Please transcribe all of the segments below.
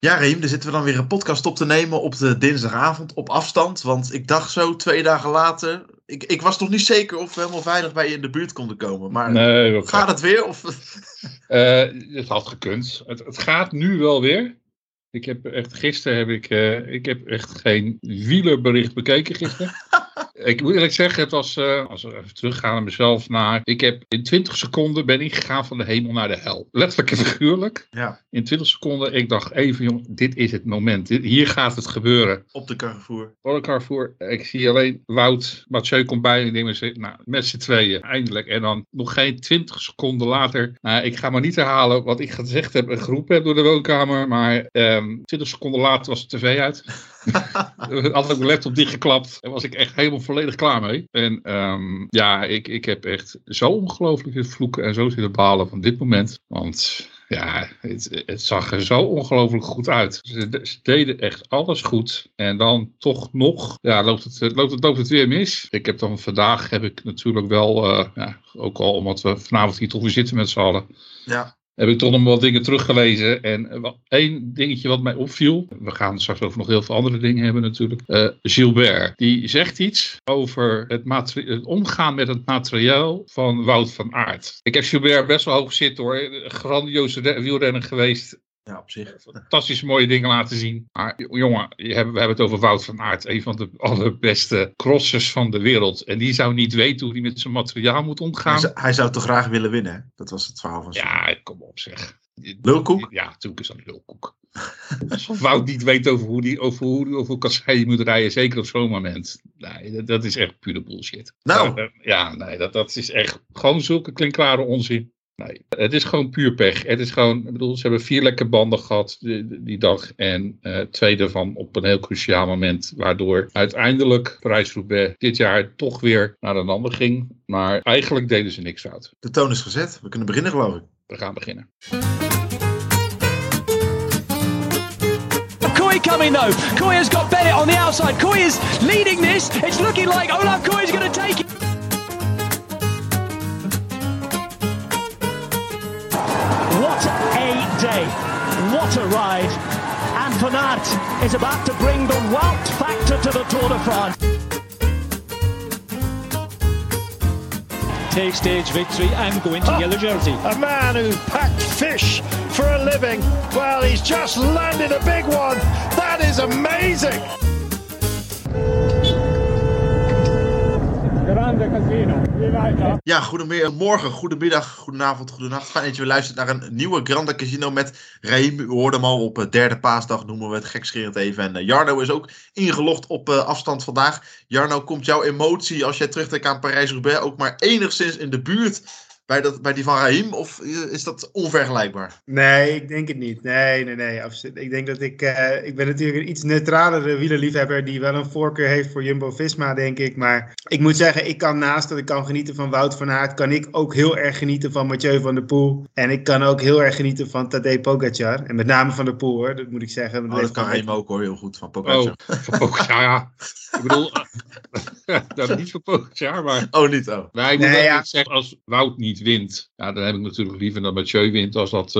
Ja, Reem, er zitten we dan weer een podcast op te nemen op de dinsdagavond op afstand. Want ik dacht zo 2 dagen later. Ik was toch niet zeker of we helemaal veilig bij je in de buurt konden komen. Maar Nee, gaat het weer? Of... het had gekund. Het gaat nu wel weer. Gisteren heb ik echt geen wielerbericht bekeken gisteren. Ik moet eerlijk zeggen, het was, als we even teruggaan naar mezelf, ik heb in 20 seconden ben ik gegaan van de hemel naar de hel. Letterlijk en figuurlijk. Ja. In 20 seconden, ik dacht even, jongen, dit is het moment. Hier gaat het gebeuren. Op de Carrefour. Op de Carrefour. Ik zie alleen Wout, Mathieu komt bij en ik denk, met z'n tweeën, eindelijk. En dan nog geen 20 seconden later, ik ga maar niet herhalen wat ik gezegd heb en geroepen heb door de woonkamer, maar 20 seconden later was de tv uit. Had ik mijn laptop dichtgeklapt en was ik echt helemaal volledig klaar mee. En ik heb echt zo ongelooflijk zitten vloeken en zo zitten balen van dit moment. Want ja, het zag er zo ongelooflijk goed uit. Ze deden echt alles goed. En dan toch nog, loopt het weer mis. Vandaag heb ik natuurlijk wel, ook al omdat we vanavond hier toch weer zitten met z'n allen. Ja. Heb ik toch nog wat dingen teruggelezen. En één dingetje wat mij opviel. We gaan straks over nog heel veel andere dingen hebben natuurlijk. Gilbert. Die zegt iets over het omgaan met het materiaal van Wout van Aert. Ik heb Gilbert best wel hoog zitten hoor. Grandioze wielrenner geweest. Ja, op zich. Fantastische mooie dingen laten zien. Maar jongen, we hebben het over Wout van Aert. Een van de allerbeste crossers van de wereld. En die zou niet weten hoe hij met zijn materiaal moet omgaan. Hij zou toch graag willen winnen? Hè? Dat was het verhaal van Ja, kom op zeg. Lulkoek? Ja, natuurlijk is dat een lulkoek. Als Wout niet weet over hoeveel kasseien je moet rijden, zeker op zo'n moment. Nee, dat is echt pure bullshit. Nou. Dat is echt gewoon zulke klinkklare onzin. Nee, het is gewoon puur pech. Het is gewoon, ze hebben 4 lekke banden gehad die dag. En 2 daarvan op een heel cruciaal moment. Waardoor uiteindelijk Parijs-Roubaix dit jaar toch weer naar een ander ging. Maar eigenlijk deden ze niks fout. De toon is gezet. We kunnen beginnen, geloof ik. We gaan beginnen. Kooi coming though. Kooi has got Bennett on the outside. Kooi is leading this. It's looking like Olaf Kooi is going to take it. What a day. What a ride. And Van Aert is about to bring the Wout factor to the Tour de France. Take stage victory and go into yellow jersey. A man who packed fish for a living. Well, he's just landed a big one. That is amazing. Ja, goedemorgen, goedemiddag, goedenavond, goedenacht. Fijn dat je weer luistert naar een nieuwe Grande Casino met Raheem. U hoorde hem al op derde paasdag, noemen we het gekscherend even. En Jarno is ook ingelogd op afstand vandaag. Jarno, komt jouw emotie als jij terugdenkt aan Parijs-Roubaix ook maar enigszins in de buurt bij die van Raheem? Of is dat onvergelijkbaar? Nee, ik denk het niet. Nee, absoluut. Ik denk dat ik ben natuurlijk een iets neutralere wielerliefhebber die wel een voorkeur heeft voor Jumbo-Visma, denk ik. Maar ik moet zeggen, ik kan naast dat ik kan genieten van Wout van Aert, kan ik ook heel erg genieten van Mathieu van der Poel. En ik kan ook heel erg genieten van Tadej Pogacar. En met name van der Poel, hoor. Dat moet ik zeggen. Dat kan Raheem ook, hoor. Heel goed van Pogacar. Van Pogacar, ja. Ik bedoel, dat niet van Pogacar, maar... Oh, niet, oh. Nee, ik moet zeggen, als Wout niet wint, dan heb ik natuurlijk liever dat Mathieu wint als dat,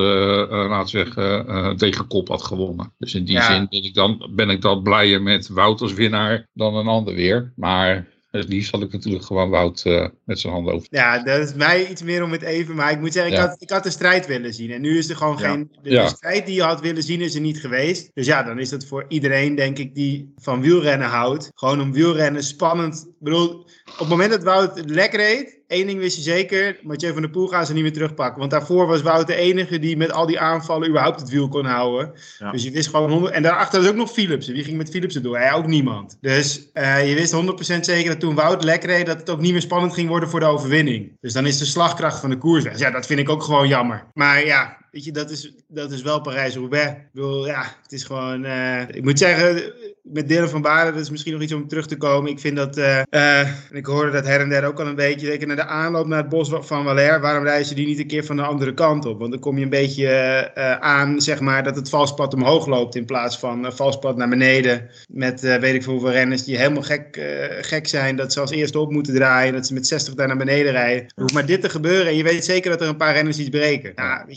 Degenkop had gewonnen. Dus in die zin ben ik dan blijer met Wout als winnaar dan een ander weer. Maar het liefst had ik natuurlijk gewoon Wout met zijn handen over. Ja, dat is mij iets meer om het even. Maar ik moet zeggen, ik had de strijd willen zien. En nu is er gewoon geen... De strijd die je had willen zien is er niet geweest. Dus ja, dan is dat voor iedereen, denk ik, die van wielrennen houdt. Gewoon om wielrennen spannend. Ik bedoel, op het moment dat Wout lek reed, één ding wist je zeker, Mathieu van der Poel gaan ze niet meer terugpakken. Want daarvoor was Wout de enige die met al die aanvallen überhaupt het wiel kon houden. Ja. Dus je wist gewoon 100%. En daarachter was ook nog Philipsen. Wie ging met Philipsen door? Ook niemand. Dus je wist 100% zeker dat toen Wout lek reed, dat het ook niet meer spannend ging worden voor de overwinning. Dus dan is de slagkracht van de koers weg. Ja, dat vind ik ook gewoon jammer. Maar ja, weet je, dat is wel Parijs-Roubaix. Ik bedoel, het is gewoon... ik moet zeggen, met Dylan van Baarle, dat is misschien nog iets om terug te komen. Ik vind dat... en ik hoorde dat her en der ook al een beetje. Zeker naar de aanloop naar het bos van Valère. Waarom reizen die niet een keer van de andere kant op? Want dan kom je een beetje aan, zeg maar, dat het valspad omhoog loopt in plaats van valspad naar beneden. Met weet ik veel hoeveel renners die helemaal gek zijn. Dat ze als eerste op moeten draaien. Dat ze met 60 daar naar beneden rijden. Er hoeft maar dit te gebeuren en je weet zeker dat er een paar renners iets breken. Ja, weet je, nou, dat is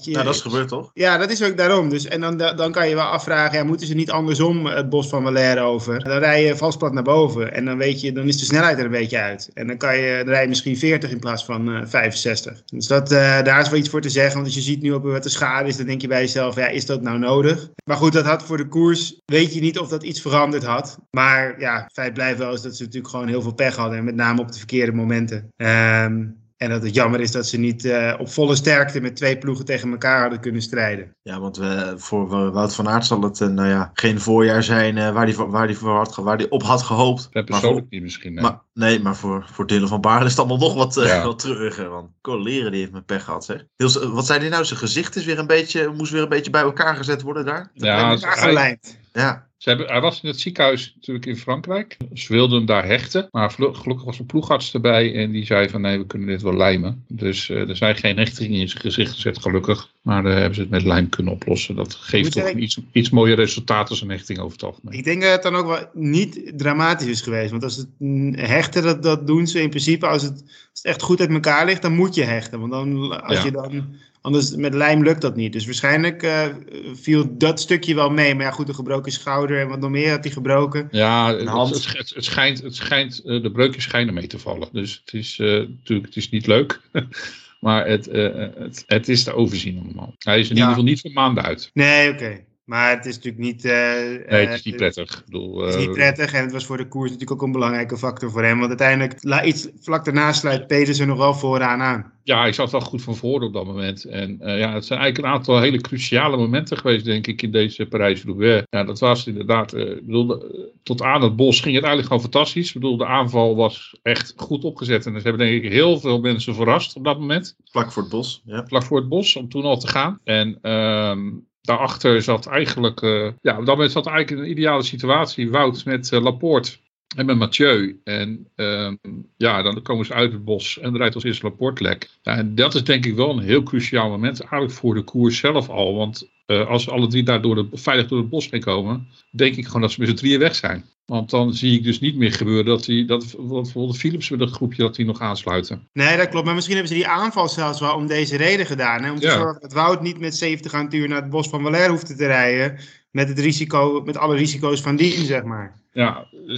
gebeurd, toch? Ja, dat is ook daarom. Dus, en dan kan je wel afvragen, moeten ze niet andersom het bos van Valère over? Dan rij je valsplat naar boven en dan weet je, dan is de snelheid er een beetje uit. En dan rij je misschien 40 in plaats van 65. Dus daar is wel iets voor te zeggen, want als je ziet nu wat de schade is, dan denk je bij jezelf, is dat nou nodig? Maar goed, dat had voor de koers, weet je niet of dat iets veranderd had. Maar ja, feit blijft wel is dat ze natuurlijk gewoon heel veel pech hadden. En met name op de verkeerde momenten. En dat het jammer is dat ze niet op volle sterkte met 2 ploegen tegen elkaar hadden kunnen strijden. Ja, want voor Wout van Aert zal het geen voorjaar zijn waar hij op had gehoopt. Persoonlijk niet misschien. Nee. Maar voor Dylan van Baarle is het allemaal nog wat treuriger. Want Coleren die heeft met pech gehad, zeg. Wat zei hij nou? Zijn gezicht is moest weer een beetje bij elkaar gezet worden daar? Ja, gelijmd. Ja. Hij was in het ziekenhuis natuurlijk in Frankrijk. Ze wilden hem daar hechten. Maar gelukkig was een ploegarts erbij. En die zei van nee, we kunnen dit wel lijmen. Dus er zijn geen hechtingen in zijn gezicht gezet, gelukkig. Maar hebben ze het met lijm kunnen oplossen. Dat geeft toch iets mooier resultaat als een hechting over het algemeen. Ik denk dat het dan ook wel niet dramatisch is geweest. Want als het hechten, dat doen ze in principe. Als het echt goed uit elkaar ligt, dan moet je hechten. Want anders met lijm lukt dat niet. Dus waarschijnlijk viel dat stukje wel mee. Maar ja, goed, een gebroken schouder en wat nog meer had hij gebroken. Ja, het schijnt de breukjes schijnen mee te vallen. Dus het is natuurlijk het is niet leuk. Maar het is te overzien allemaal. Hij is in ieder geval niet voor maanden uit. Nee, oké. Maar het is natuurlijk niet... nee, het is niet prettig. Het is niet prettig en het was voor de koers natuurlijk ook een belangrijke factor voor hem. Want uiteindelijk, iets vlak daarna sluit Pedersen nog wel vooraan aan. Ja, ik zat wel goed van voor op dat moment. En het zijn eigenlijk een aantal hele cruciale momenten geweest, denk ik, in deze Parijs-Roubaix. Ja, dat was inderdaad... tot aan het bos ging het eigenlijk gewoon fantastisch. De aanval was echt goed opgezet. En ze hebben denk ik heel veel mensen verrast op dat moment. Vlak voor het bos, ja. Vlak voor het bos, om toen al te gaan. En... daarachter zat eigenlijk, op dat moment zat eigenlijk een ideale situatie. Wout met Laporte en met Mathieu. En dan komen ze uit het bos en rijdt als eerste Laporte lek. Ja, en dat is denk ik wel een heel cruciaal moment. Eigenlijk voor de koers zelf al. Want als alle drie daar veilig door het bos heen komen, denk ik gewoon dat ze met z'n drieën weg zijn. Want dan zie ik dus niet meer gebeuren dat bijvoorbeeld Philips met dat groepje dat die nog aansluiten. Nee, dat klopt. Maar misschien hebben ze die aanval zelfs wel om deze reden gedaan. Hè? Om te zorgen dat Wout niet met 70 aan het uur naar het bos van Valère hoefde te rijden. Met alle risico's van dien, zeg maar. Ja, dus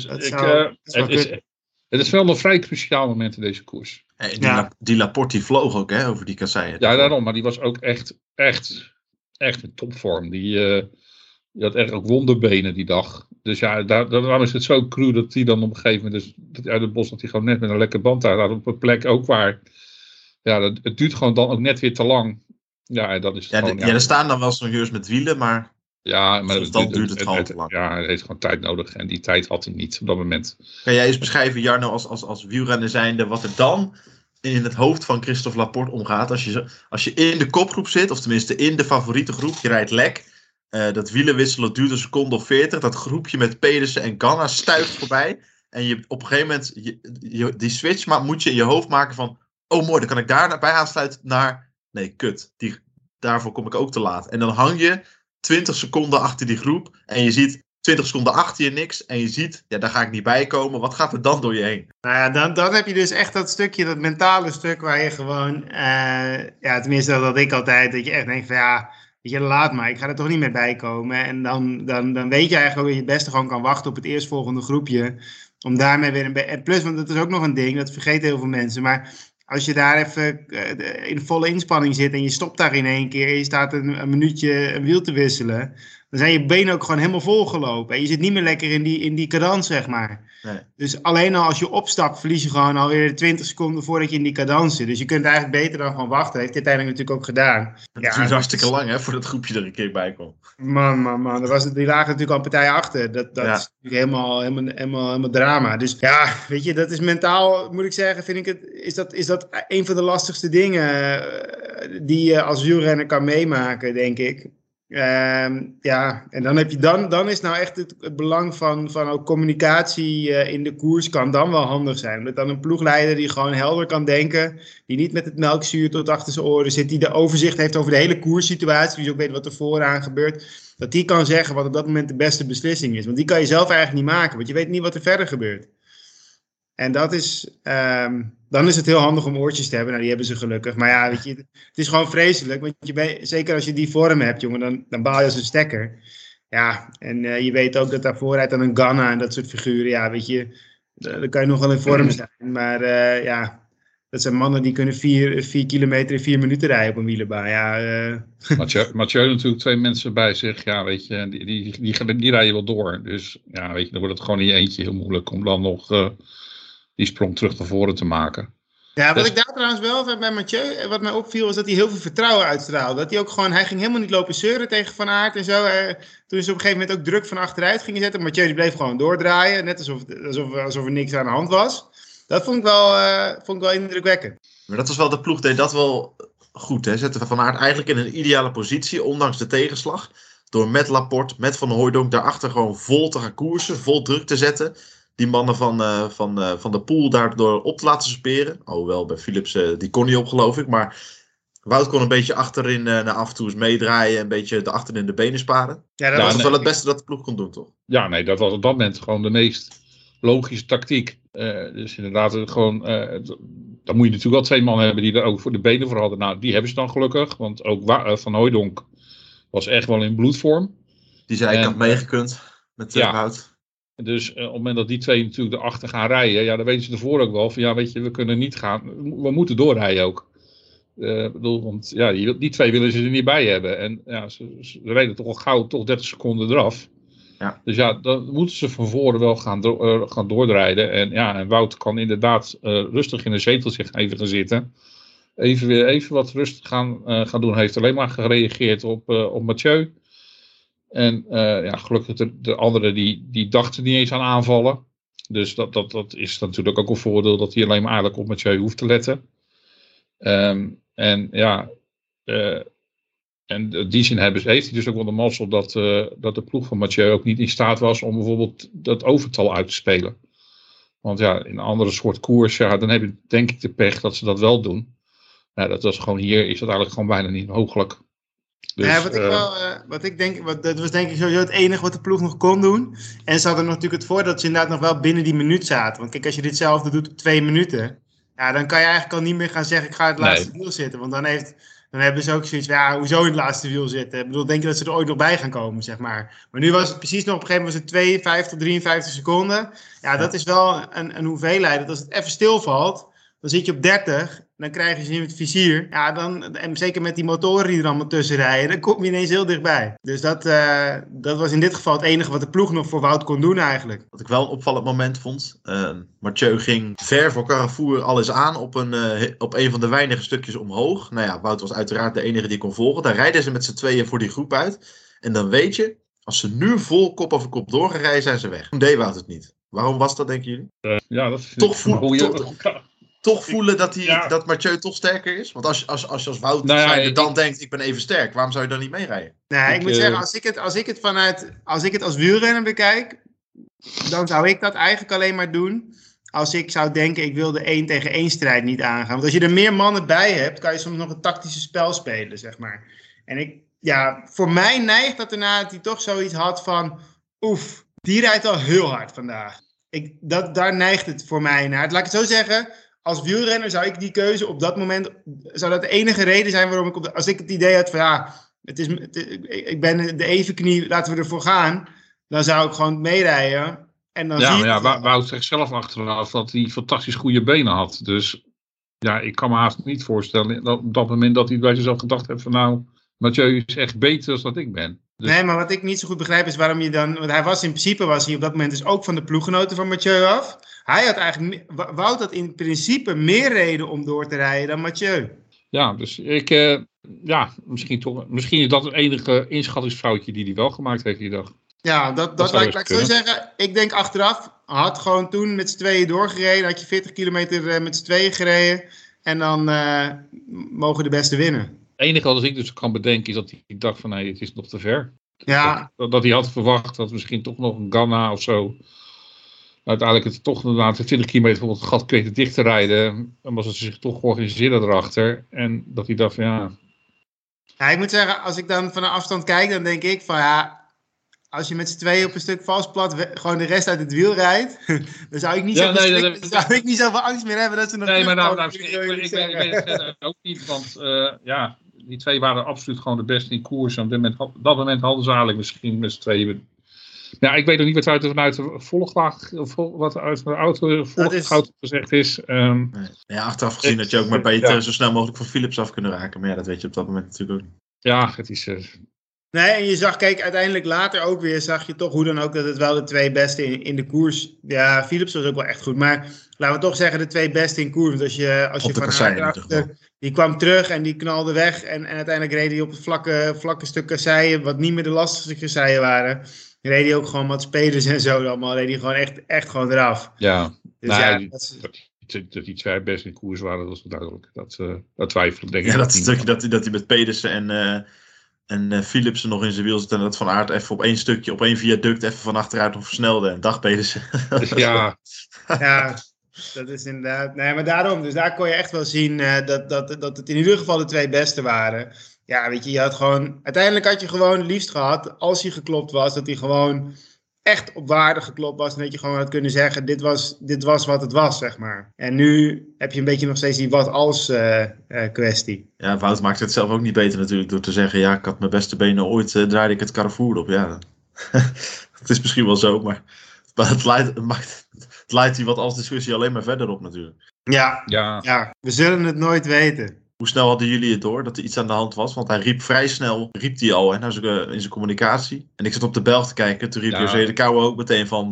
het is wel een vrij cruciaal moment in deze koers. Hey, die Laporte die vloog ook over die kasseien. Ja, daarom. Maar die was ook echt in topvorm. Die had echt ook wonderbenen die dag. Dus ja, daarom is het zo cru dat hij dan op een gegeven moment... Dus uit het bos dat hij gewoon net met een lekker band uit had. Op een plek ook waar... Ja, het duurt gewoon dan ook net weer te lang. Ja, dat is gewoon... Er staan dan wel sonjeurs met wielen, maar... Ja, maar dan duurt het gewoon te lang. Ja, hij heeft gewoon tijd nodig. En die tijd had hij niet op dat moment. Kan jij eens beschrijven, Jarno, als wielrenner zijnde... wat er dan in het hoofd van Christophe Laporte omgaat... als je in de kopgroep zit, of tenminste in de favoriete groep... je rijdt lek... dat wielenwisselen duurt een seconde of 40. Dat groepje met Pedersen en Ganna stuift voorbij. En je op een gegeven moment... die switch moet je in je hoofd maken van... oh mooi, dan kan ik daarbij aansluiten naar... nee, kut. Daarvoor kom ik ook te laat. En dan hang je 20 seconden achter die groep. En je ziet 20 seconden achter je niks. En je ziet, daar ga ik niet bij komen. Wat gaat er dan door je heen? Nou ja, dan heb je dus echt dat stukje, dat mentale stuk... waar je gewoon... tenminste dat ik altijd... dat je echt denkt van laat maar, ik ga er toch niet meer bij komen. En dan weet je eigenlijk ook dat je het beste gewoon kan wachten op het eerstvolgende groepje. Om daarmee weer en plus, want dat is ook nog een ding, dat vergeten heel veel mensen. Maar als je daar even in volle inspanning zit en je stopt daar in één keer... en je staat een minuutje een wiel te wisselen... dan zijn je benen ook gewoon helemaal volgelopen. En je zit niet meer lekker in die cadans, zeg maar. Nee. Dus alleen al als je opstapt, verlies je gewoon alweer 20 seconden voordat je in die cadans zit. Dus je kunt eigenlijk beter dan gewoon wachten. Dat heeft hij uiteindelijk natuurlijk ook gedaan. Het duurt hartstikke lang, hè, voordat het groepje er een keer bij komt. Man. Die lagen natuurlijk al een partij achter. Dat is natuurlijk helemaal drama. Dus ja, weet je, dat is mentaal, moet ik zeggen, vind ik het... Is dat een van de lastigste dingen die je als wielrenner kan meemaken, denk ik. En dan heb je dan is nou echt het belang van ook communicatie in de koers kan dan wel handig zijn. Met dan een ploegleider die gewoon helder kan denken, die niet met het melkzuur tot achter zijn oren zit, die de overzicht heeft over de hele koerssituatie, die ook weet wat er vooraan gebeurt, dat die kan zeggen wat op dat moment de beste beslissing is. Want die kan je zelf eigenlijk niet maken, want je weet niet wat er verder gebeurt. En dat is, dan is het heel handig om oortjes te hebben. Nou, die hebben ze gelukkig. Maar ja, weet je, het is gewoon vreselijk. Want zeker als je die vorm hebt, jongen, dan baal je als een stekker. Ja, en je weet ook dat daar vooruit aan een Ganna en dat soort figuren, ja, weet je, dan kan je nog wel in vorm zijn. Maar dat zijn mannen die kunnen 4 kilometer in 4 minuten rijden op een wielerbaan. Ja, Mathieu natuurlijk 2 mensen bij zich, ja, weet je, die rijden wel door. Dus ja, weet je, dan wordt het gewoon in je eentje heel moeilijk om dan nog die sprong terug naar voren te maken. Ja, wat ik daar trouwens wel bij Mathieu, wat mij opviel, was dat hij heel veel vertrouwen uitstraalde. Dat hij ook gewoon, hij ging helemaal niet lopen zeuren tegen Van Aert en zo. Toen is op een gegeven moment ook druk van achteruit gingen zetten. Mathieu die bleef gewoon doordraaien, net alsof er niks aan de hand was. Dat vond ik wel indrukwekkend. Maar dat was wel, de ploeg deed dat wel goed, hè. Zetten Van Aert eigenlijk in een ideale positie, ondanks de tegenslag. Door met Laporte, met Van Hooijdonk daarachter gewoon vol te gaan koersen, vol druk te zetten. Die mannen van de Poel daardoor op te laten speren. Alhoewel bij Philips, die kon niet op geloof ik. Maar Wout kon een beetje achterin naar af en toe eens meedraaien. Een beetje de achterin in de benen sparen. Ja, dat was wel het beste dat de ploeg kon doen, toch? Ja, nee, dat was op dat moment gewoon de meest logische tactiek. Dus inderdaad, gewoon, dan moet je natuurlijk wel 2 man hebben die er ook voor de benen voor hadden. Nou, die hebben ze dan gelukkig. Want ook Van Hooijdonk was echt wel in bloedvorm. Die zijn eigenlijk had meegekund met Wout. Dus op het moment dat die 2 natuurlijk erachter gaan rijden, ja, dan weten ze ervoor ook wel van, ja, weet je, we kunnen niet gaan, we moeten doorrijden ook. Want ja, die 2 willen ze er niet bij hebben. En ja, ze reden toch al gauw 30 seconden eraf. Ja. Dus ja, dan moeten ze van voren wel gaan doorrijden. En Wout kan inderdaad rustig in een zeteltje even gaan zitten. Even wat rustig gaan doen. Hij heeft alleen maar gereageerd op Mathieu. En gelukkig de anderen die dachten niet eens aan aanvallen. Dus dat is natuurlijk ook een voordeel dat hij alleen maar eigenlijk op Mathieu hoeft te letten. En in die zin heeft hij dus ook wel de mazzel dat de ploeg van Mathieu ook niet in staat was om bijvoorbeeld dat overtal uit te spelen. Want ja, in een andere soort koers, ja, dan heb je denk ik de pech dat ze dat wel doen. Nou, dat was gewoon hier, is dat eigenlijk gewoon bijna niet mogelijk. Dus, ja, dat was denk ik sowieso het enige wat de ploeg nog kon doen. En ze hadden nog natuurlijk het voordeel dat ze inderdaad nog wel binnen die minuut zaten. Want kijk, als je ditzelfde doet op 2 minuten, ja, dan kan je eigenlijk al niet meer gaan zeggen, ik ga het laatste wiel zitten. Want dan hebben ze ook zoiets van, ja, hoezo in het laatste wiel zitten? Ik bedoel, denk je dat ze er ooit nog bij gaan komen, zeg maar. Maar nu was het precies nog, op een gegeven moment was het 52, 53 seconden. Ja, dat is wel een hoeveelheid. Dat als het even stilvalt, dan zit je op 30, dan krijg je ze in het vizier. Ja, en zeker met die motoren die er allemaal tussen rijden, dan kom je ineens heel dichtbij. Dus dat was in dit geval het enige wat de ploeg nog voor Wout kon doen eigenlijk. Wat ik wel een opvallend moment vond. Mathieu ging ver voor Carrefour alles aan op een van de weinige stukjes omhoog. Nou ja, Wout was uiteraard de enige die kon volgen. Daar rijden ze met z'n tweeën voor die groep uit. En dan weet je, als ze nu vol kop over kop door gaan rijden, zijn ze weg. Toen deed Wout het niet. Waarom was dat, denken jullie? Ja, dat is toch voelen dat Mathieu toch sterker is? Want als je als Wout dan denkt, ik ben even sterk, waarom zou je dan niet meerijden? Nou, ik moet zeggen, als ik het als wielrenner bekijk, dan zou ik dat eigenlijk alleen maar doen als ik zou denken, ik wil de 1-tegen-1 strijd niet aangaan. Want als je er meer mannen bij hebt, kan je soms nog een tactische spel spelen, zeg maar. En voor mij neigt dat erna dat hij toch zoiets had van, die rijdt al heel hard vandaag. Daar neigt het voor mij naar. Laat ik het zo zeggen, als wielrenner zou ik die keuze op dat moment, zou dat de enige reden zijn waarom als ik het idee had van ja, ik ben de evenknie, laten we ervoor gaan, dan zou ik gewoon meerijden. En dan Wout zegt zelf achteraf dat hij fantastisch goede benen had. Dus ja, ik kan me haast niet voorstellen dat op dat moment dat hij bij zichzelf gedacht heeft van nou, Mathieu is echt beter dan dat ik ben. Dus... Nee, maar wat ik niet zo goed begrijp is waarom je dan, want hij was in principe op dat moment dus ook van de ploeggenoten van Mathieu af. Hij had eigenlijk, Wout had in principe meer reden om door te rijden dan Mathieu. Ja, dus misschien is dat het enige inschattingsfoutje die hij wel gemaakt heeft die dag. Ja, dat laat ik zo zeggen. Ik denk achteraf, had gewoon toen met z'n tweeën doorgereden, had je 40 kilometer met z'n tweeën gereden en dan mogen de beste winnen. Het enige wat ik dus kan bedenken is dat hij dacht van nee, het is nog te ver. Ja. Dat hij had verwacht dat misschien toch nog een Ganna of zo. Uiteindelijk het toch na 20 kilometer bijvoorbeeld het gat kreeg dicht te rijden. Dan was het zich toch georganiseerd erachter. En dat hij dacht van ja. Ja, ik moet zeggen, als ik dan van een afstand kijk, dan denk ik van ja, als je met z'n tweeën op een stuk valsplat gewoon de rest uit het wiel rijdt, dan zou ik niet zoveel angst meer hebben dat ze nog nee, maar ik weet het ook niet, want die twee waren absoluut gewoon de beste in koers. En op dat moment hadden ze eigenlijk misschien met z'n tweeën. Ja, ik weet nog niet wat uit de volglaag, wat uit de auto gezegd is. Achteraf gezien dat je ook maar beter zo snel mogelijk van Philips af kunnen raken. Maar ja, dat weet je op dat moment natuurlijk ook niet. Ja, het is... Nee, en je zag, kijk, uiteindelijk later ook weer zag je toch hoe dan ook dat het wel de twee beste in de koers... Ja, Philips was ook wel echt goed, maar laten we toch zeggen de twee beste in koers. Want als je Van Aert, die kwam terug en die knalde weg en uiteindelijk reed hij op het vlakke stuk kasseien, wat niet meer de lastigste kasseien waren. Reed hij ook gewoon Mats Pedersen en zo allemaal, reed hij gewoon echt gewoon eraf. Ja, dus dat die twee best in koers waren, dat was duidelijk. Dat twijfel ik denk ik. Ja, dat stukje dat hij met Pedersen en Philipsen nog in zijn wiel zit en dat Van Aert even op één stukje, op één viaduct even van achteruit nog versnelde. En dag Pedersen. Ja. Ja, dat is inderdaad... Nee, maar daarom, dus daar kon je echt wel zien dat het in ieder geval de twee beste waren. Ja, weet je, uiteindelijk had je gewoon liefst gehad, als hij geklopt was, dat hij gewoon echt op waarde geklopt was. En dat je gewoon had kunnen zeggen, dit was wat het was, zeg maar. En nu heb je een beetje nog steeds die wat als kwestie. Ja, Wout maakt het zelf ook niet beter natuurlijk door te zeggen, ja, ik had mijn beste benen ooit, draaide ik het Carrefour op. Ja, het is misschien wel zo, maar het leidt die wat als discussie alleen maar verder op natuurlijk. Ja, we zullen het nooit weten. Hoe snel hadden jullie het door dat er iets aan de hand was? Want hij riep vrij snel, in zijn communicatie. En ik zat op de Belg te kijken. Toen riep José de Kouwer ook meteen van,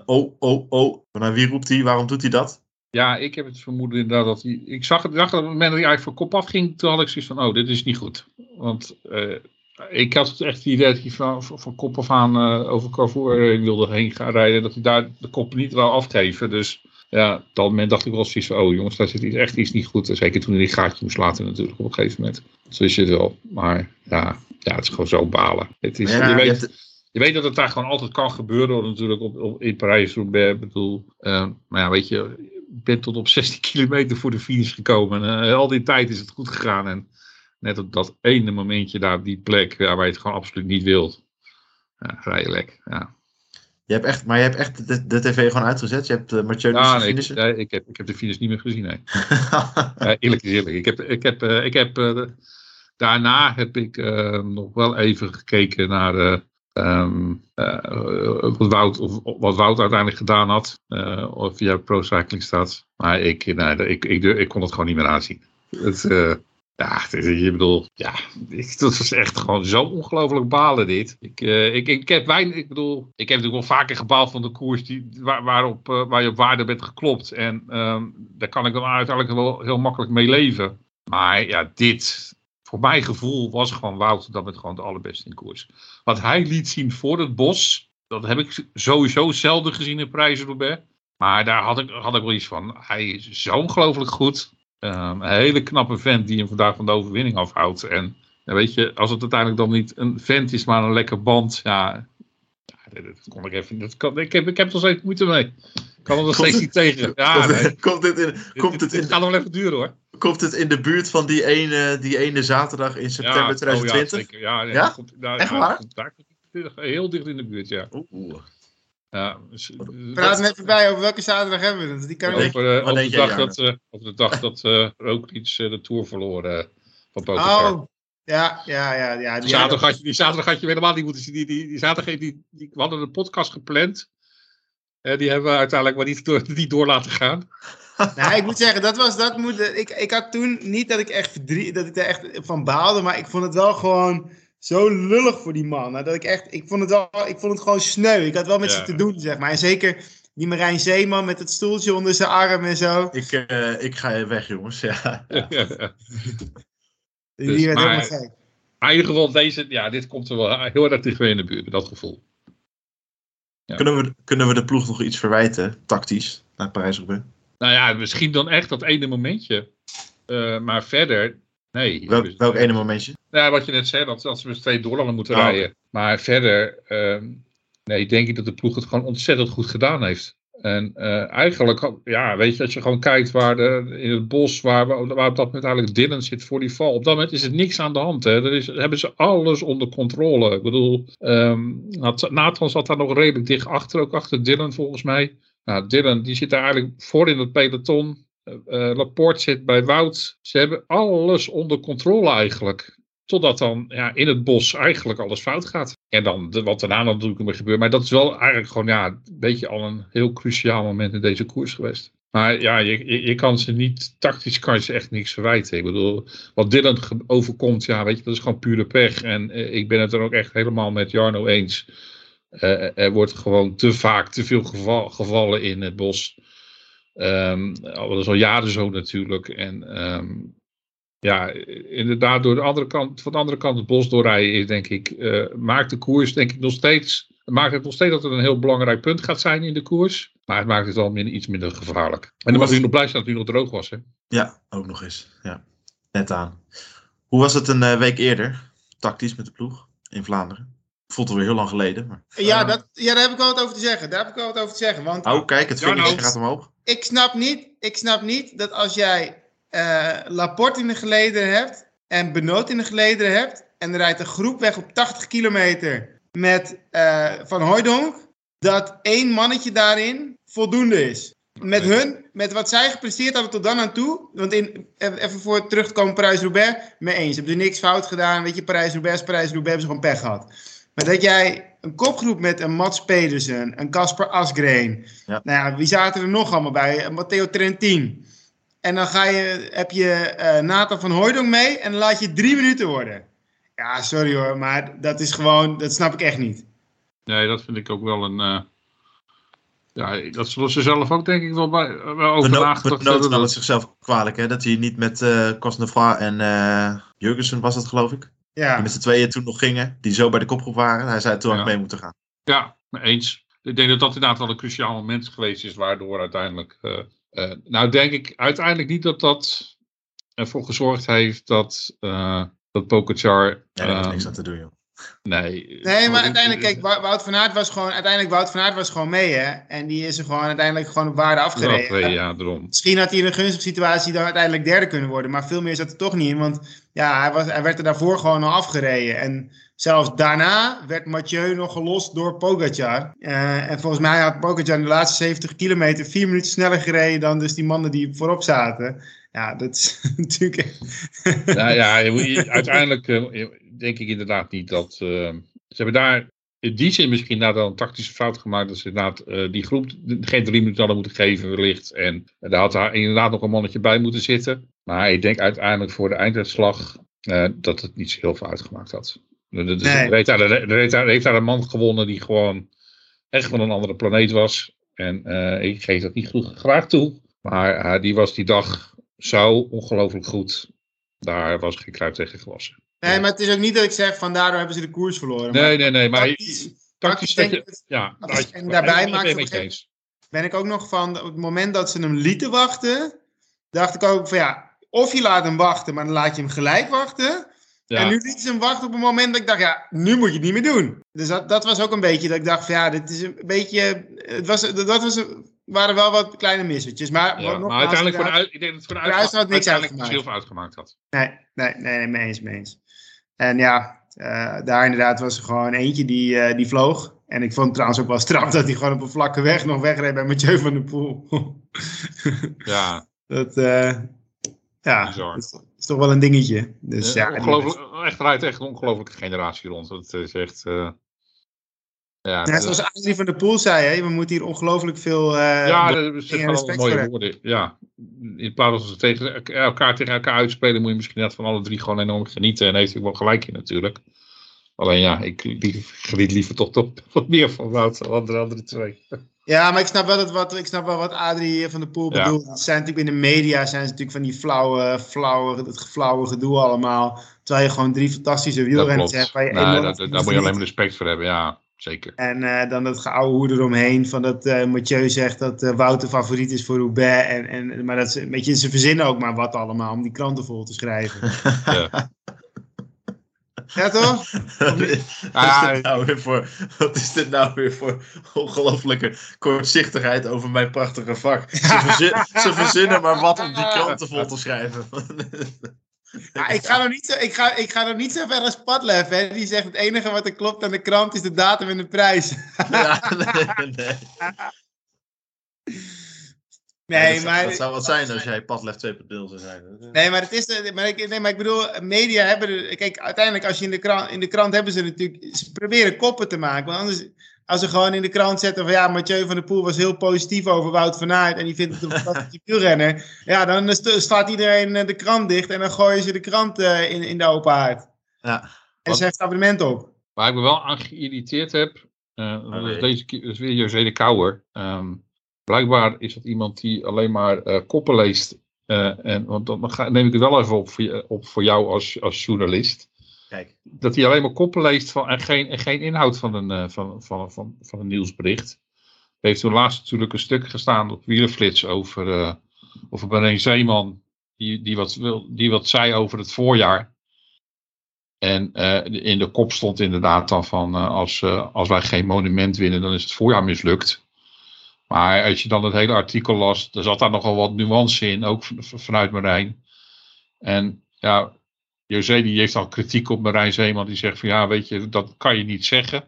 Maar wie roept hij? Waarom doet hij dat? Ja, ik heb het vermoeden inderdaad dat hij... Ik dacht op het moment dat hij eigenlijk voor kop afging, toen had ik zoiets van, dit is niet goed. Want ik had echt het idee dat hij van kop af aan over Carrefour wilde heen gaan rijden. Dat hij daar de kop niet wou afgeven. Dus... Ja, op dat moment dacht ik wel zoiets van, jongens, daar zit echt iets niet goed. Zeker toen hij die gaatje moest laten natuurlijk op een gegeven moment. Zo is het wel. Maar ja, het is gewoon zo balen. Het is, je weet dat het daar gewoon altijd kan gebeuren natuurlijk in Parijs-Roubaix. Ik bedoel, maar ja, weet je, ik ben tot op 16 kilometer voor de finish gekomen. En al die tijd is het goed gegaan. En net op dat ene momentje daar op die plek waar je het gewoon absoluut niet wilt. Ja, rij je lek, ja. Je hebt echt de tv gewoon uitgezet? Je hebt Mathieu de finish? Nee, ik heb de finish niet meer gezien. Nee. Eerlijk is eerlijk. Daarna heb ik nog wel even gekeken naar wat Wout uiteindelijk gedaan had. Of via Pro Cycling Stats. Maar ik kon het gewoon niet meer aanzien. Je bedoel, dat was echt gewoon zo ongelooflijk balen dit. Ik heb natuurlijk wel vaker gebaald van de koers waar je op waarde bent geklopt. En daar kan ik dan uiteindelijk wel heel makkelijk mee leven. Maar ja, dit, voor mijn gevoel, was gewoon Wout dat met gewoon de allerbeste in koers. Wat hij liet zien voor het bos, dat heb ik sowieso zelden gezien in Parijs-Roubaix. Maar daar had ik wel iets van. Hij is zo ongelooflijk goed. Een hele knappe vent die hem vandaag van de overwinning afhoudt. En weet je, als het uiteindelijk dan niet een vent is, maar een lekker band. Ja, dat kon ik even. Ik heb er nog steeds moeite mee. Ik kan er nog steeds niet tegen. Ja, het gaat nog wel even duren hoor. Komt het in de buurt van die ene zaterdag in september 2020? Ja? Echt waar? Heel dicht in de buurt, ja. Ja, praat me even bij, over welke zaterdag hebben we het? Die kan op de dag dat Roglic de Tour verloren van Pogačar. Oh, ja. Die zaterdag had je helemaal niet moeten zien. Die zaterdag, we hadden een podcast gepland. Die hebben we uiteindelijk maar niet door laten gaan. Nou, ik moet zeggen, ik had toen niet dat ik dat ik er echt van baalde, maar ik vond het wel gewoon zo lullig voor die man. Dat ik vond het gewoon sneu. Ik had wel met ze te doen, zeg maar. En zeker die Marijn Zeeman met het stoeltje onder zijn arm en zo. Ik ga weg, jongens. Ja. Die werd helemaal gek. In ieder geval, dit komt er wel heel erg dichtbij in de buurt, dat gevoel. Ja. Kunnen we de ploeg nog iets verwijten, tactisch, naar Parijs-Roubaix? Nou ja, misschien dan echt dat ene momentje. Maar verder, nee. Welk ene momentje? Ja, wat je net zei, dat ze met 2 doorlanden moeten rijden. Maar verder, denk ik dat de ploeg het gewoon ontzettend goed gedaan heeft. En eigenlijk, weet je, als je gewoon kijkt in het bos waar op dat moment eigenlijk Dylan zit voor die val. Op dat moment is er niks aan de hand. Hè. Hebben ze alles onder controle. Ik bedoel, Nathan zat daar nog redelijk dicht achter, ook achter Dylan volgens mij. Nou, Dylan die zit daar eigenlijk voor in het peloton. Laporte zit bij Wout. Ze hebben alles onder controle eigenlijk. Totdat dan in het bos eigenlijk alles fout gaat. En dan wat daarna natuurlijk weer gebeurt. Maar dat is wel eigenlijk gewoon een beetje al een heel cruciaal moment in deze koers geweest. Maar je kan ze niet, tactisch kan je ze echt niks verwijten. Ik bedoel, wat Dylan overkomt, weet je, dat is gewoon pure pech. En ik ben het er ook echt helemaal met Jarno eens. Er wordt gewoon te vaak te veel gevallen in het bos. Dat is al jaren zo natuurlijk. En inderdaad, van de andere kant het bos doorrijden is denk ik, maakt de koers denk ik nog steeds, maakt het nog steeds dat het een heel belangrijk punt gaat zijn in de koers. Maar het maakt het wel iets minder gevaarlijk. En dan mag u nog blij zijn dat het nu nog droog was. Hè? Ja, ook nog eens. Ja, net aan. Hoe was het een week eerder, tactisch met de ploeg in Vlaanderen? Voelt alweer heel lang geleden. Maar... Ja, daar heb ik wel wat over te zeggen. Want, kijk, het vingertje gaat omhoog. Ik snap niet dat als jij Laporte in de gelederen hebt en Benoot in de gelederen hebt en er rijdt een groep weg op 80 kilometer met Van Hooijdonk, dat 1 mannetje daarin voldoende is. Met wat zij gepresteerd hebben tot dan aan toe, want even voor terug te komen Parijs-Roubaix, mee eens. Ze hebben er niks fout gedaan, weet je, Parijs-Roubaix hebben ze gewoon pech gehad. Maar dat jij een kopgroep met een Mats Pedersen, een Casper Asgreen, wie zaten er nog allemaal bij? Matteo Trentin. En dan heb je Nathan van Hooijdonk mee en dan laat je 3 minuten worden. Ja, sorry hoor, maar dat is gewoon, dat snap ik echt niet. Nee, dat vind ik ook wel een... dat zullen ze zelf ook denk ik wel over nagedacht hebben. Dat het zichzelf kwalijk, hè? Dat hij niet met Cosnefroid en Jurgensen was dat geloof ik. Ja. Die met z'n tweeën toen nog gingen, die zo bij de kopgroep waren. Hij zei toen had ik mee moeten gaan. Ja, eens. Ik denk dat dat inderdaad wel een cruciaal moment geweest is, waardoor uiteindelijk... denk ik uiteindelijk niet dat ervoor gezorgd heeft dat Pogačar... daar heeft niks aan te doen, joh. Nee, maar uiteindelijk, kijk, Wout van Aert was gewoon mee, hè. En die is er gewoon uiteindelijk gewoon op waarde afgereden. Ja, daarom. Misschien had hij in een gunstige situatie dan uiteindelijk derde kunnen worden. Maar veel meer zat er toch niet in. Want hij werd er daarvoor gewoon al afgereden. En zelfs daarna werd Mathieu nog gelost door Pogačar. En volgens mij had Pogačar in de laatste 70 kilometer 4 minuten sneller gereden dan dus die mannen die voorop zaten. Ja, dat is natuurlijk... uiteindelijk denk ik inderdaad niet dat... ze hebben daar in die zin misschien dan een tactische fout gemaakt. Dat ze inderdaad die groep geen 3 minuten hadden moeten geven wellicht. En daar had daar inderdaad nog een mannetje bij moeten zitten. Maar ik denk uiteindelijk voor de einduitslag dat het niet zo heel veel uitgemaakt had. Er heeft daar een man gewonnen die gewoon echt van een andere planeet was. En ik geef dat niet graag toe. Maar die was die dag zo ongelooflijk goed. Daar was geen kruid tegen gewassen. Nee, maar het is ook niet dat ik zeg van daardoor hebben ze de koers verloren. Nee, maar tactisch en daarbij ben ik ook nog van op het moment dat ze hem lieten wachten, dacht ik ook van of je laat hem wachten, maar dan laat je hem gelijk wachten. Ja. En nu lieten ze hem wachten op een moment dat ik dacht, nu moet je het niet meer doen. Dus dat was ook een beetje dat ik dacht van dit is een beetje, waren wel wat kleine missertjes. Maar uiteindelijk ik denk dat het voor de uitslag niks uitgemaakt had. Nee, mee eens. En daar inderdaad was er gewoon eentje die vloog. En ik vond het trouwens ook wel straf dat hij gewoon op een vlakke weg nog wegreed bij Mathieu van der Poel. Ja. Dat is toch wel een dingetje. Dus, echt rijdt echt een ongelofelijke generatie rond. Dat is echt... zoals Adrie van der Poel zei, hè, we moeten hier ongelooflijk veel dat is wel mooie woorden. Ja. In plaats van ze tegen elkaar uitspelen, moet je misschien net van alle 3 gewoon enorm genieten. En heeft hij wel gelijk in natuurlijk. Alleen ik geniet liever toch wat meer van Wout dan de andere 2. Ja, maar ik snap wel wat Adrie van der Poel bedoelt. Ja. Zijn natuurlijk in de media zijn ze natuurlijk van die flauwe gedoe allemaal. Terwijl je gewoon 3 fantastische wielrenners hebt. Daar moet je alleen maar respect voor hebben, ja. Zeker. En dan dat geouwe hoer eromheen van dat Mathieu zegt dat Wout de favoriet is voor Roubaix. Maar dat ze verzinnen ook maar wat allemaal om die kranten vol te schrijven. Ja, toch? Wat is dit nou weer voor ongelofelijke kortzichtigheid over mijn prachtige vak? Ze verzinnen maar wat om die kranten vol te schrijven. Ja, ik ga nog niet zo ver als Padlef, hè. Die zegt het enige wat er klopt aan de krant is de datum en de prijs. Nee. Nee, dat zou wat zijn als jij Padlef 2.0 zou zijn. Nee, maar het is. Maar ik bedoel, media hebben. Kijk, uiteindelijk, als je in de krant hebben ze natuurlijk. Ze proberen koppen te maken. Want anders, als ze gewoon in de krant zetten van ja, Mathieu van der Poel was heel positief over Wout van Aert. En die vindt het een fantastische wielrenner. Ja, dan slaat iedereen de krant dicht. En dan gooien ze de krant in de open haard. Ja. En ze heeft abonnement op. Waar ik me wel aan geïrriteerd heb. Deze keer is weer José de Kouwer. Blijkbaar is dat iemand die alleen maar koppen leest. Want dan neem ik het wel even op voor jou als journalist. Kijk. Dat hij alleen maar koppen leest en geen inhoud van een nieuwsbericht. Er heeft toen laatst natuurlijk een stuk gestaan op Wielerflits over René Zeeman. Die wat zei over het voorjaar. En in de kop stond inderdaad dan van als wij geen monument winnen, dan is het voorjaar mislukt. Maar als je dan het hele artikel las, er zat daar nogal wat nuance in, ook vanuit Marijn. En ja, José die heeft al kritiek op Marijn Zeeman, die zegt van ja, weet je, dat kan je niet zeggen.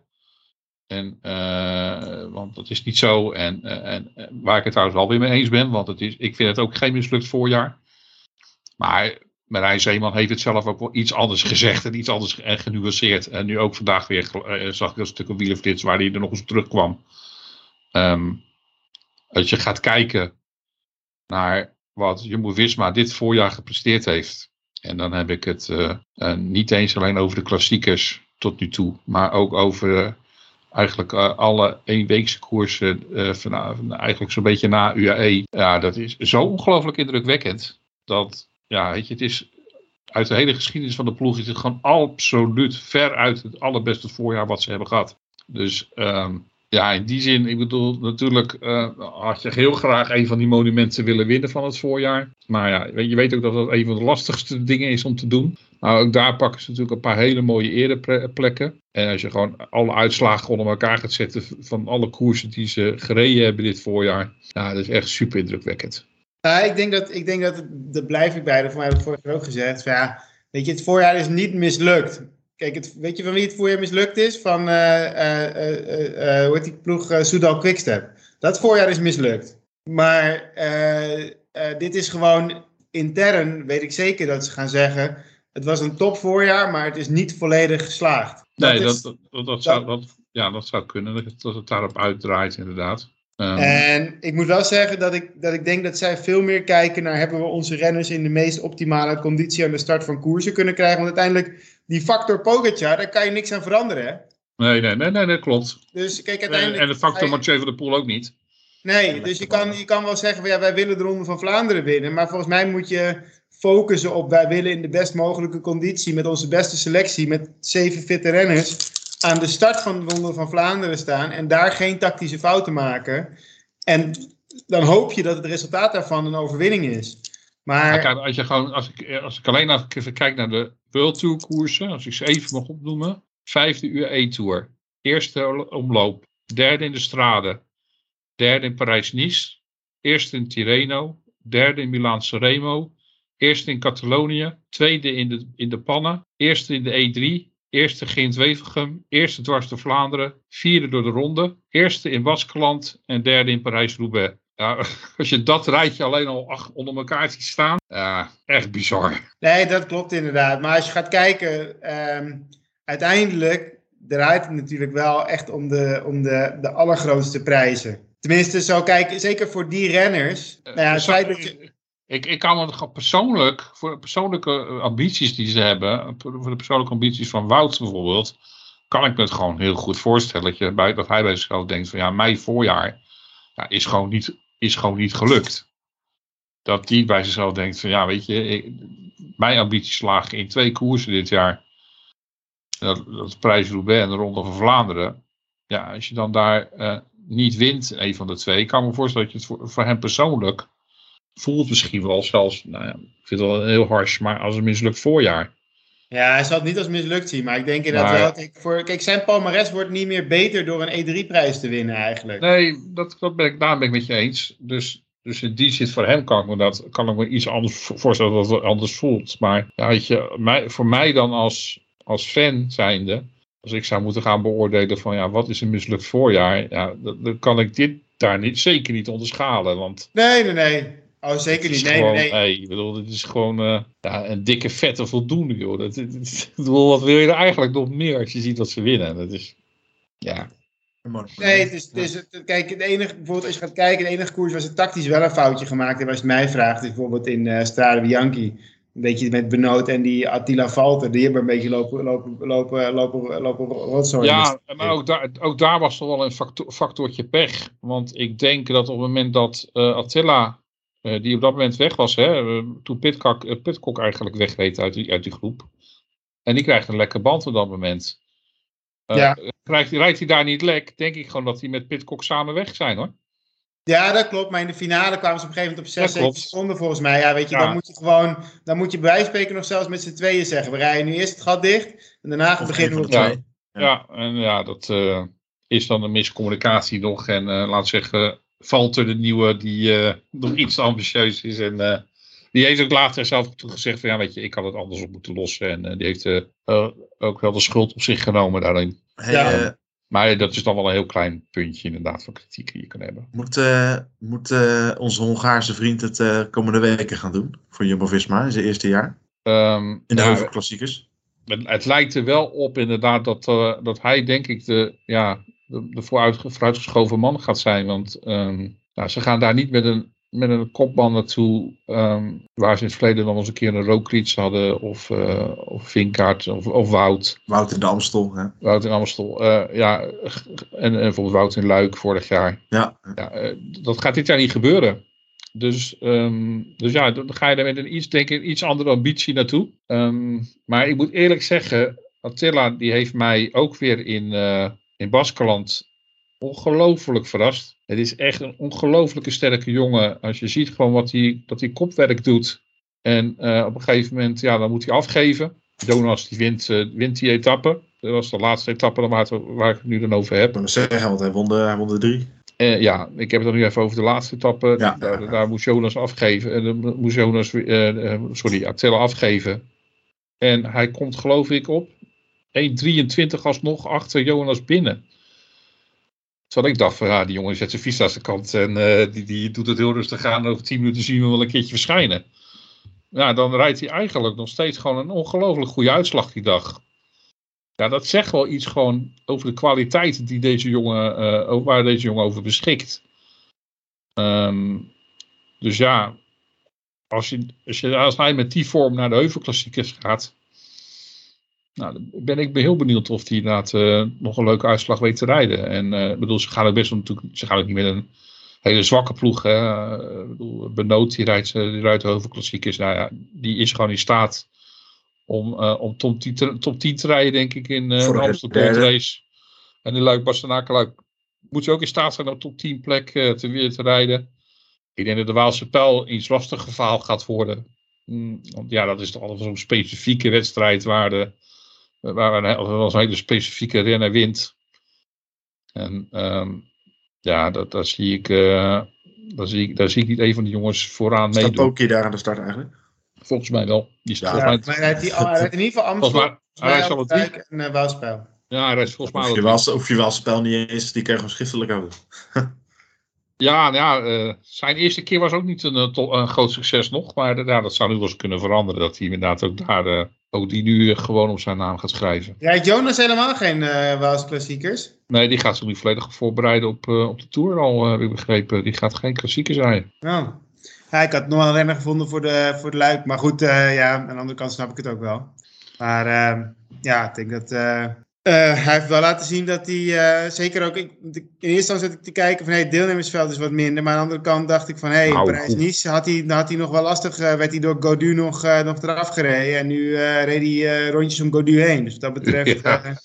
Want dat is niet zo. En waar ik het trouwens wel weer mee eens ben, want ik vind het ook geen mislukt voorjaar. Maar Marijn Zeeman heeft het zelf ook wel iets anders gezegd en iets anders genuanceerd. En nu ook vandaag weer zag ik dat stuk op Wielerflits waar hij er nog eens op terugkwam. Als je gaat kijken naar wat Jumbo-Visma dit voorjaar gepresteerd heeft. En dan heb ik het niet eens alleen over de klassiekers tot nu toe. Maar ook over eigenlijk alle eenweekse koersen eigenlijk zo'n beetje na UAE. Ja, dat is zo ongelooflijk indrukwekkend. Dat, ja, weet je, het is uit de hele geschiedenis van de ploeg is het gewoon absoluut veruit het allerbeste voorjaar wat ze hebben gehad. Dus ja, in die zin, ik bedoel, natuurlijk had je heel graag een van die monumenten willen winnen van het voorjaar. Maar ja, je weet ook dat dat een van de lastigste dingen is om te doen. Maar ook daar pakken ze natuurlijk een paar hele mooie ereplekken. En als je gewoon alle uitslagen onder elkaar gaat zetten van alle koersen die ze gereden hebben dit voorjaar. Ja, dat is echt super indrukwekkend. Ik denk dat blijf ik bij. Dat voor mij heb ik vorige keer ook gezegd. Van, ja, weet je, het voorjaar is niet mislukt. Kijk, weet je van wie het voorjaar mislukt is? Van, hoe heet die ploeg? Soudal Quickstep. Dat voorjaar is mislukt. Maar dit is gewoon intern, weet ik zeker dat ze gaan zeggen, het was een topvoorjaar, maar het is niet volledig geslaagd. Dat zou kunnen, dat het daarop uitdraait inderdaad. En ik moet wel zeggen dat ik denk dat zij veel meer kijken naar hebben we onze renners in de meest optimale conditie aan de start van koersen kunnen krijgen. Want uiteindelijk, die factor Pogacar, daar kan je niks aan veranderen, hè? Nee, dat klopt. Dus kijk, uiteindelijk... En de factor Mathieu van der Poel ook niet. Nee, dus je kan wel zeggen van ja, wij willen de Ronde van Vlaanderen winnen. Maar volgens mij moet je focussen op wij willen in de best mogelijke conditie met onze beste selectie, met 7 fitte renners, aan de start van de Ronde van Vlaanderen staan en daar geen tactische fouten maken. En dan hoop je dat het resultaat daarvan een overwinning is. Maar als ik alleen even kijk naar de World Tour koersen, als ik ze even mag opnoemen. 5e UAE Tour. Eerste omloop. 3e in de Strade. 3e in Parijs-Nice. 1e in Tirreno. 3e in Milaan-Sanremo. 1e in Catalonië. 2e in de Pannen. 1e in de E3. 1e Gent-Wevelgem, 1e dwars door Vlaanderen, 4e door de Ronde, 1e in Baskeland en 3e in Parijs-Roubaix. Ja, als je dat rijtje alleen al onder elkaar ziet staan, echt bizar. Nee, dat klopt inderdaad. Maar als je gaat kijken, uiteindelijk draait het natuurlijk wel echt om de allergrootste prijzen. Tenminste, zo kijken, zeker voor die renners. Ik kan me persoonlijk, voor de persoonlijke ambities die ze hebben, voor de persoonlijke ambities van Wout bijvoorbeeld, kan ik me het gewoon heel goed voorstellen dat hij bij zichzelf denkt van ja, mijn voorjaar is gewoon niet gelukt. Dat die bij zichzelf denkt van ja, weet je, mijn ambities lagen in 2 koersen dit jaar. Dat is Parijs-Roubaix en de Ronde van Vlaanderen. Ja, als je dan daar niet wint, een van de 2, kan ik me voorstellen dat je het voor hem persoonlijk voelt misschien wel zelfs, ik vind het wel heel hars, maar als een mislukt voorjaar. Ja, hij zal het niet als mislukt zien, maar ik denk inderdaad wel... Kijk, zijn palmares wordt niet meer beter door een E3-prijs te winnen daar ben ik met je eens. Dus in die zin voor hem kan ik me iets anders voorstellen dat het anders voelt. Maar ja, weet je, voor mij dan als fan zijnde, als ik zou moeten gaan beoordelen van ja, wat is een mislukt voorjaar? Ja, dan kan ik dit daar zeker niet onderschalen. Want Nee. Oh, zeker niet. Nee. Ik bedoel, het is gewoon een dikke vette voldoende, joh. Wat wil je er eigenlijk nog meer als je ziet dat ze winnen? Dat is, ja... Nee, het is kijk, bijvoorbeeld als je gaat kijken, de enige koers waar ze tactisch wel een foutje gemaakt hebben, als je het mij vraagt, is bijvoorbeeld in Strade Bianchi. Een beetje met Benoot en die Attila Valter, die hebben een beetje lopen rotzooien. Ja, maar ook daar was toch wel een factortje pech. Want ik denk dat op het moment dat Attila, die op dat moment weg was, toen Pidcock eigenlijk wegreed uit die groep. En die krijgt een lekker band op dat moment. Rijdt hij daar niet lek, denk ik gewoon dat hij met Pidcock samen weg zijn, hoor. Ja, dat klopt. Maar in de finale kwamen ze op een gegeven moment op 6, 7 seconden volgens mij. Ja, weet je, dan moet je bij wijze van spreken nog zelfs met z'n tweeën zeggen. We rijden nu eerst het gat dicht en daarna beginnen we op 2. Ja, dat is dan een miscommunicatie nog. En laat zeggen, Valter de nieuwe die nog iets te ambitieus is. En die heeft ook later zelf gezegd van ja, weet je, ik had het anders op moeten lossen. En die heeft ook wel de schuld op zich genomen daarin. Maar dat is dan wel een heel klein puntje inderdaad van kritiek die je kan hebben. Moet onze Hongaarse vriend het komende weken gaan doen? Voor Jumbo-Visma in zijn eerste jaar? In de heuvelklassiekers? Het lijkt er wel op inderdaad dat hij denk ik de vooruitgeschoven man gaat zijn. Want ze gaan daar niet met een kopman naartoe, waar ze in het verleden dan eens een keer een Roglic hadden, of Vinkaart, of Wout. Wout in de Amstel, hè? Wout in Amstel, en bijvoorbeeld Wout in Luik vorig jaar. Ja. Dat gaat dit jaar niet gebeuren. Dus ja, dan ga je er met een iets andere ambitie naartoe. Maar ik moet eerlijk zeggen, Attila die heeft mij ook weer in Baskeland ongelooflijk verrast. Het is echt een ongelooflijke sterke jongen. Als je ziet gewoon dat hij kopwerk doet. En op een gegeven moment, dan moet hij afgeven. Jonas die wint die etappe. Dat was de laatste etappe waar ik het nu dan over heb. Ik kan zeggen, want hij won de 3. Ik heb het dan nu even over de laatste etappe. Ja. Daar moest Jonas afgeven. En dan moest Attila afgeven. En hij komt geloof ik op 1:23 alsnog achter Jonas binnen. Terwijl ik dacht van die jongen zet zijn fiets aan de kant en die doet het heel rustig aan. Over 10 minuten zien we wel een keertje verschijnen. Ja, dan rijdt hij eigenlijk nog steeds gewoon een ongelooflijk goede uitslag die dag. Ja, dat zegt wel iets gewoon over de kwaliteit die waar deze jongen over beschikt. Dus ja, als hij met die vorm naar de heuvelklassiekers gaat, nou, ben ik heel benieuwd of hij inderdaad nog een leuke uitslag weet te rijden. En bedoel, ze gaan ook best natuurlijk, ze gaan ook niet met een hele zwakke ploeg. Benoot die rijdt de heuvelklassiekers. Nou ja, die is gewoon in staat om top 10 te rijden, denk ik, in de Amsterdam race. En in Luik-Bastenaken moet ze ook in staat zijn op top 10 plek te rijden. Ik denk dat de Waalse Pijl iets lastiger verhaal gaat worden. Want ja, dat is toch altijd zo'n specifieke wedstrijd waar een hele specifieke renner wint. En daar zie ik niet een van de jongens vooraan meedoen. Staat Poki daar aan de start eigenlijk? Volgens mij wel. Maar hij rijdt in ieder geval Amsterdam en Waalspijl. Ja, hij rijdt volgens mij wel. Of je Waalspijl niet eens, die krijg je schriftelijk over. Zijn eerste keer was ook niet een groot succes nog. Maar dat zou nu wel eens kunnen veranderen. Dat hij inderdaad ook daar die nu gewoon op zijn naam gaat schrijven. Rijdt Jonas helemaal geen Waalse klassiekers? Nee, die gaat zich nu volledig voorbereiden op de Tour al, heb ik begrepen. Die gaat geen klassiekers rijden. Oh. Ja, ik had nog een renner gevonden voor de Luik. Maar goed, aan de andere kant snap ik het ook wel. Maar ik denk dat... hij heeft wel laten zien dat hij, zeker ook, in eerste instantie zat ik te kijken van het deelnemersveld is wat minder. Maar aan de andere kant dacht ik van in Parijs-Nice had hij nog wel lastig, werd hij door Gaudu nog eraf gereden. En nu reed hij rondjes om Gaudu heen. Dus wat dat betreft...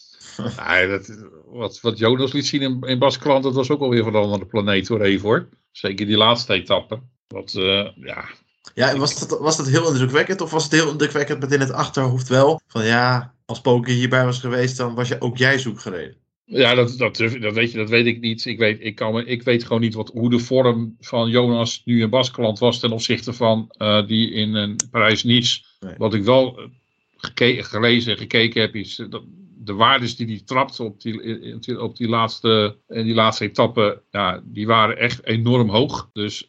Wat Jonas liet zien in Baskeland, dat was ook alweer van een andere planeet hoor. Zeker die laatste etappe. Ja, was dat heel indrukwekkend? Of was het heel indrukwekkend met in het achterhoofd wel? Van ja, als Pogacar hierbij was geweest, dan was ook jij zoek gereden. Ja, dat weet ik niet. Ik weet gewoon niet hoe de vorm van Jonas nu in Baskeland was ten opzichte van die in Parijs-Nice. Nee. Wat ik wel gelezen en gekeken heb, is de waardes die hij trapte op die laatste etappe, ja, die waren echt enorm hoog. Dus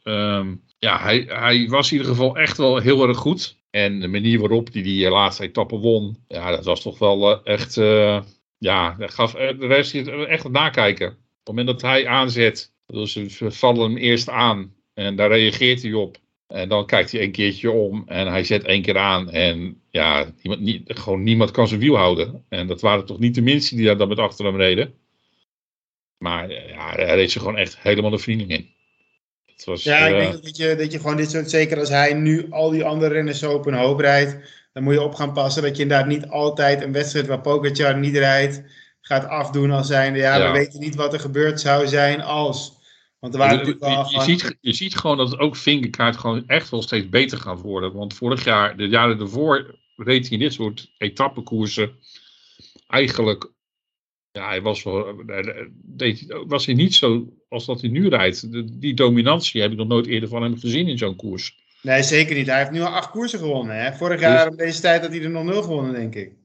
hij was in ieder geval echt wel heel erg goed. En de manier waarop hij die laatste etappe won, ja, dat was toch wel echt... Ja, dat gaf de rest echt het nakijken. Op het moment dat hij aanzet, dus ze vallen hem eerst aan en daar reageert hij op. En dan kijkt hij een keertje om en hij zet 1 keer aan. En ja, niemand kan zijn wiel houden. En dat waren toch niet de minsten die daar dan met achter hem reden. Maar ja, hij reed ze gewoon echt helemaal de vriending in. Het was, ik denk dat je gewoon dit soort, zeker als hij nu al die andere renners zo op een hoop rijdt, dan moet je op gaan passen dat je inderdaad niet altijd een wedstrijd waar Pogacar niet rijdt, gaat afdoen als zijnde, we weten niet wat er gebeurd zou zijn als. Want er waren natuurlijk wel je ziet gewoon dat ook Vingegaard gewoon echt wel steeds beter gaat worden. Want vorig jaar, de jaren ervoor, reed hij in dit soort etappekoersen eigenlijk... Ja, hij was hij niet zo als dat hij nu rijdt. Die dominantie heb ik nog nooit eerder van hem gezien in zo'n koers. Nee, zeker niet. Hij heeft nu al 8 koersen gewonnen. Hè? Vorig jaar op deze tijd had hij er nog 0 gewonnen, denk ik.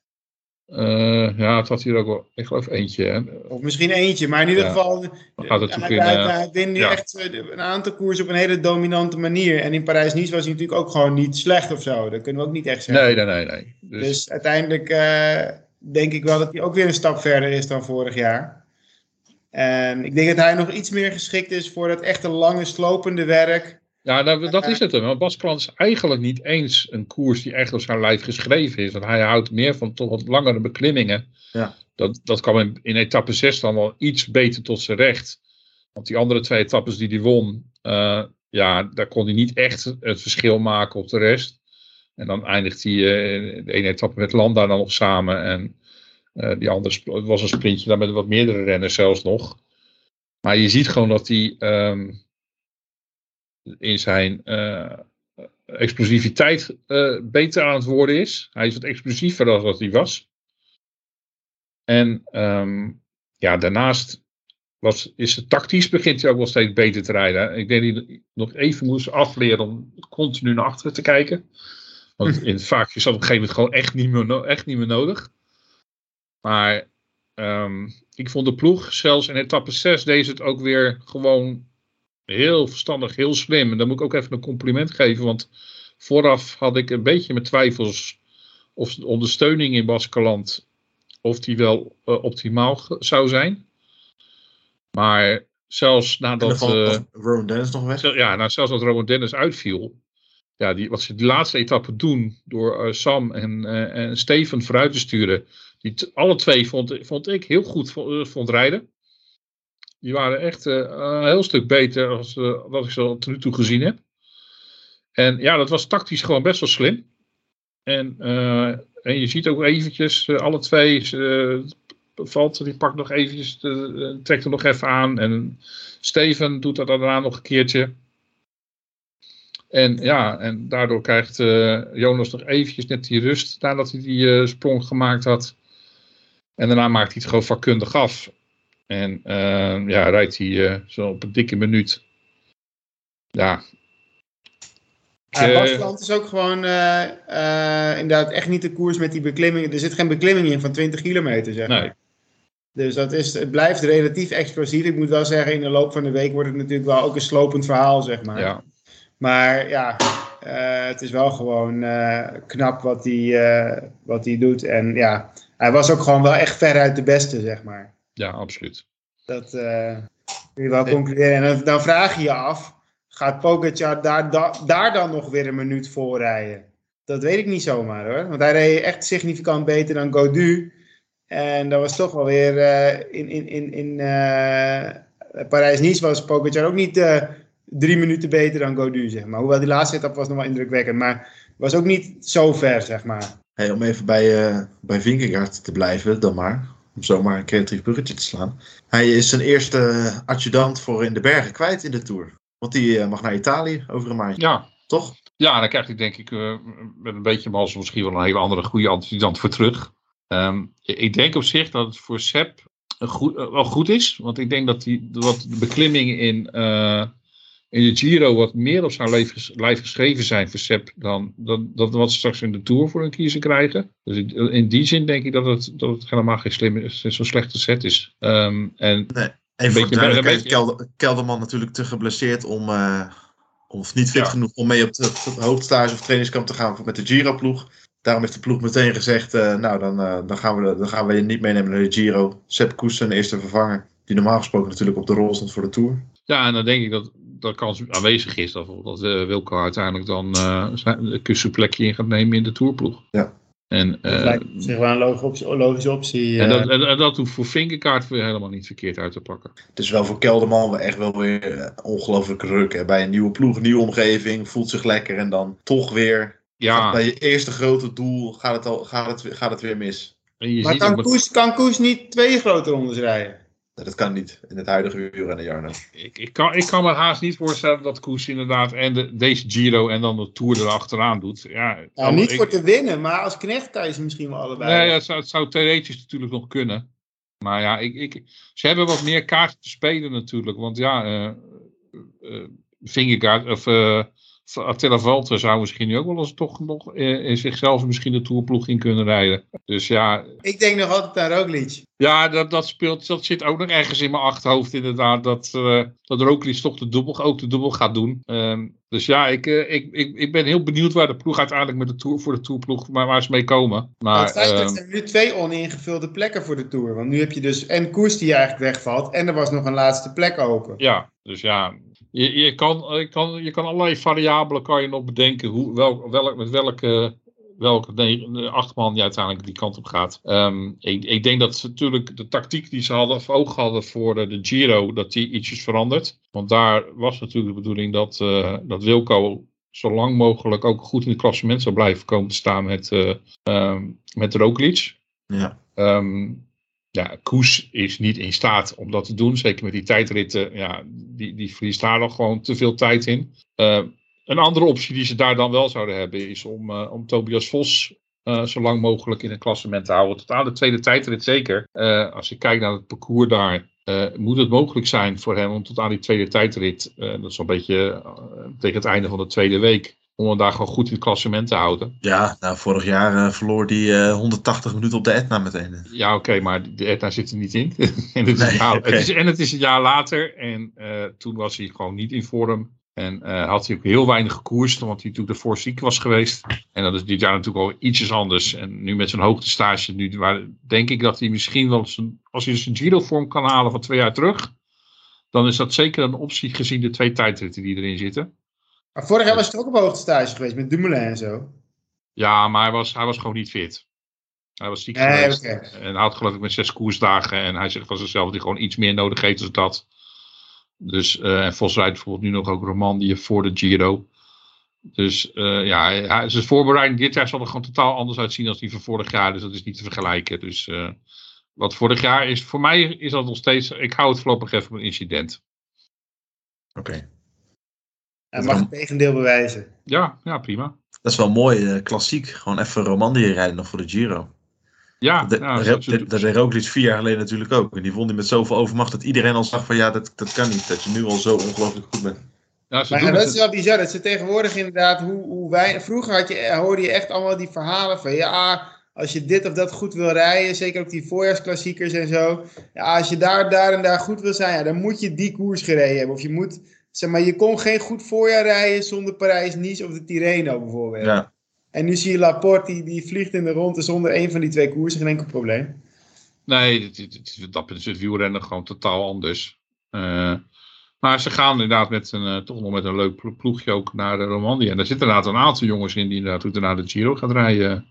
Ja, het had hier ook wel, ik geloof eentje. Hè? Of misschien eentje, maar in ieder geval... Hij wint nu echt een aantal koersen op een hele dominante manier. En in Parijs-Nice was hij natuurlijk ook gewoon niet slecht of zo. Dat kunnen we ook niet echt zeggen. Nee. Dus uiteindelijk denk ik wel dat hij ook weer een stap verder is dan vorig jaar. En ik denk dat hij nog iets meer geschikt is voor dat echte lange slopende werk. Ja, dat is het hem. Want Baskeland is eigenlijk niet eens een koers die echt op zijn lijf geschreven is. Want hij houdt meer van toch wat langere beklimmingen. Ja. Dat kwam in etappe 6 dan wel iets beter tot zijn recht. Want die andere 2 etappes die hij won, daar kon hij niet echt het verschil maken op de rest. En dan eindigt hij de ene etappe met Landa dan nog samen. En die andere was een sprintje daar met wat meerdere renners zelfs nog. Maar je ziet gewoon dat hij... in zijn explosiviteit beter aan het worden is. Hij is wat explosiever dan wat hij was. En daarnaast is het tactisch begint hij ook wel steeds beter te rijden. Ik denk dat hij nog even moest afleren om continu naar achteren te kijken. Want in het vaakje zat op een gegeven moment gewoon echt niet meer nodig. Maar ik vond de ploeg, zelfs in etappe 6, deed het ook weer gewoon... heel verstandig, heel slim. En dan moet ik ook even een compliment geven. Want vooraf had ik een beetje mijn twijfels of de ondersteuning in Baskeland, of die wel optimaal zou zijn. Maar zelfs nadat Rowan Dennis nog weg. Zelfs dat Rowan Dennis uitviel. Ja, wat ze die laatste etappe doen door Sam en Steven vooruit te sturen. Alle twee vond ik heel goed vond rijden. Die waren echt een heel stuk beter dan wat ik zo tot nu toe gezien heb. En ja, dat was tactisch gewoon best wel slim. En je ziet ook eventjes alle twee... die pakt nog eventjes... trekt er nog even aan. En Steven doet dat daarna nog een keertje. En ja, en daardoor krijgt Jonas nog eventjes net die rust... nadat hij die sprong gemaakt had. En daarna maakt hij het gewoon vakkundig af... En rijdt hij zo op een dikke minuut. Ja. Baskeland is ook gewoon inderdaad echt niet de koers met die beklimmingen. Er zit geen beklimming in van 20 kilometer, zeg maar. Nee. Dus het blijft relatief explosief. Ik moet wel zeggen, in de loop van de week wordt het natuurlijk wel ook een slopend verhaal, zeg maar. Ja. Maar ja, het is wel gewoon knap wat hij doet. En ja, hij was ook gewoon wel echt veruit de beste, zeg maar. Ja, absoluut. Dat kun je wel concluderen. En dan vraag je je af, gaat Pogacar daar dan nog weer een minuut voor rijden? Dat weet ik niet zomaar hoor. Want hij reed echt significant beter dan Gaudu. En dat was toch wel weer in Parijs-Nice was Pogacar ook niet 3 minuten beter dan Gaudu, zeg maar. Hoewel die laatste etappe was nog wel indrukwekkend. Maar was ook niet zo ver, zeg maar. Hey, om even bij Vingegaard te blijven dan maar. Om zomaar een creatief bruggetje te slaan. Hij is zijn eerste adjudant voor in de bergen kwijt in de Tour. Want die mag naar Italië over een maandje. Ja. Toch? Ja, dan krijgt hij denk ik met een beetje mazzel misschien wel een hele andere goede antecedent voor terug. Ik denk op zich dat het voor Sepp wel goed is. Want ik denk dat de beklimming in de Giro wat meer op zijn lijf geschreven zijn voor Sepp dan wat ze straks in de Tour voor een kiezer krijgen. Dus in die zin denk ik dat het helemaal geen zo'n slechte set is. Nee. En voor de duidelijkheid, Kelderman natuurlijk te geblesseerd of niet fit genoeg om mee op het hoofdstage of trainingskamp te gaan met de Giro-ploeg. Daarom heeft de ploeg meteen gezegd, dan gaan we je niet meenemen naar de Giro. Sepp Kuss, zijn eerste vervanger, die normaal gesproken natuurlijk op de rol stond voor de Tour. Ja, en dan denk ik dat de kans aanwezig is dat Wilco uiteindelijk dan een kussenplekje in gaat nemen in de Tourploeg. Ja. En, dat lijkt zich wel een logische optie. En dat hoeft voor Vingegaard helemaal niet verkeerd uit te pakken. Het is wel voor Kelderman echt wel weer ongelooflijk ruk. Hè? Bij een nieuwe ploeg, nieuwe omgeving, voelt zich lekker en dan toch weer... Ja. Bij je eerste grote doel gaat het weer mis. Maar kan Koes niet 2 grote rondes rijden? Nee, dat kan niet in het huidige wielrennen, Jarno. Ik kan me haast niet voorstellen dat Koes inderdaad deze Giro en dan de Tour erachteraan doet. Niet voor te winnen, maar als knecht kan je ze misschien wel allebei. Nee, het zou theoretisch natuurlijk nog kunnen. Maar ja, ze hebben wat meer kaarten te spelen natuurlijk. Want Vingegaard of... Attila Valter zou misschien nu ook wel eens toch nog in zichzelf misschien de Tourploeg in kunnen rijden. Dus ja. Ik denk nog altijd aan Roglic. Ja, dat zit ook nog ergens in mijn achterhoofd inderdaad. Dat Roglic toch de dubbel gaat doen. Dus ja, ik ben heel benieuwd waar de ploeg uiteindelijk voor de Tourploeg waar ze mee komen. Maar het zijn nu 2 oningevulde plekken voor de Tour. Want nu heb je dus en Koes die eigenlijk wegvalt. En er was nog een laatste plek open. Ja, dus ja. Je kan allerlei variabelen nog bedenken met welke achterman die uiteindelijk die kant op gaat. Ik denk dat ze natuurlijk de tactiek die ze hadden voor ogen hadden voor de Giro, dat die ietsjes verandert. Want daar was natuurlijk de bedoeling dat Wilco zo lang mogelijk ook goed in het klassement zou blijven komen te staan met Roglic. Ja. Koes is niet in staat om dat te doen. Zeker met die tijdritten. Ja, die verliest daar nog gewoon te veel tijd in. Een andere optie die ze daar dan wel zouden hebben is om Tobias Vos zo lang mogelijk in het klassement te houden. Tot aan de tweede tijdrit zeker. Als je kijkt naar het parcours daar, moet het mogelijk zijn voor hem om tot aan die tweede tijdrit, dat is een beetje tegen het einde van de tweede week, om hem daar gewoon goed in het klassement te houden. Ja, vorig jaar verloor hij 180 minuten op de Etna meteen. Ja, oké, maar de Etna zit er niet in. Het is een jaar later en toen was hij gewoon niet in vorm. En had hij ook heel weinig gekoerst, want hij natuurlijk ervoor ziek was geweest. En dat is dit jaar natuurlijk al ietsjes anders. En nu met zijn hoogtestage, denk ik dat hij misschien wel, als hij zijn Giro-vorm kan halen van 2 jaar terug, dan is dat zeker een optie gezien de 2 tijdritten die erin zitten. Maar vorig jaar was hij ook op hoogtestage geweest met Dumoulin en zo. Ja, maar hij was gewoon niet fit. Hij was ziek geweest. Okay. En hij had geloof ik met 6 koersdagen. En hij zegt van zichzelf dat hij gewoon iets meer nodig heeft dan dat. Dus, en Vos rijdt bijvoorbeeld nu nog ook Romandie voor de Giro. Dus zijn voorbereiding dit jaar zal er gewoon totaal anders uitzien dan die van vorig jaar. Dus dat is niet te vergelijken. Dus wat vorig jaar is, voor mij is dat nog steeds, ik hou het voorlopig even voor een incident. Oké. Hij mag het tegendeel bewijzen. Ja, prima. Dat is wel mooi, klassiek. Gewoon even Romandie rijden nog voor de Giro. Ja, dat deed Roglic 4 jaar geleden natuurlijk ook. En die won hij met zoveel overmacht dat iedereen al zag van dat kan niet. Dat je nu al zo ongelooflijk goed bent. Ja, maar dat is wel bizar. Dat ze tegenwoordig inderdaad, vroeger hoorde je echt allemaal die verhalen van als je dit of dat goed wil rijden, zeker ook die voorjaarsklassiekers en zo. Ja, als je daar en daar goed wil zijn, dan moet je die koers gereden hebben. Of je moet, je kon geen goed voorjaar rijden zonder Parijs-Nice of de Tirreno bijvoorbeeld. Ja. En nu zie je Laporte, die vliegt in de ronde zonder een van die 2 koersen, geen enkel probleem. Nee, dat is het wielrennen gewoon totaal anders. Maar ze gaan inderdaad toch nog met een leuk ploegje ook naar de Romandie. En daar zitten inderdaad een aantal jongens in die inderdaad naar de Giro gaat rijden.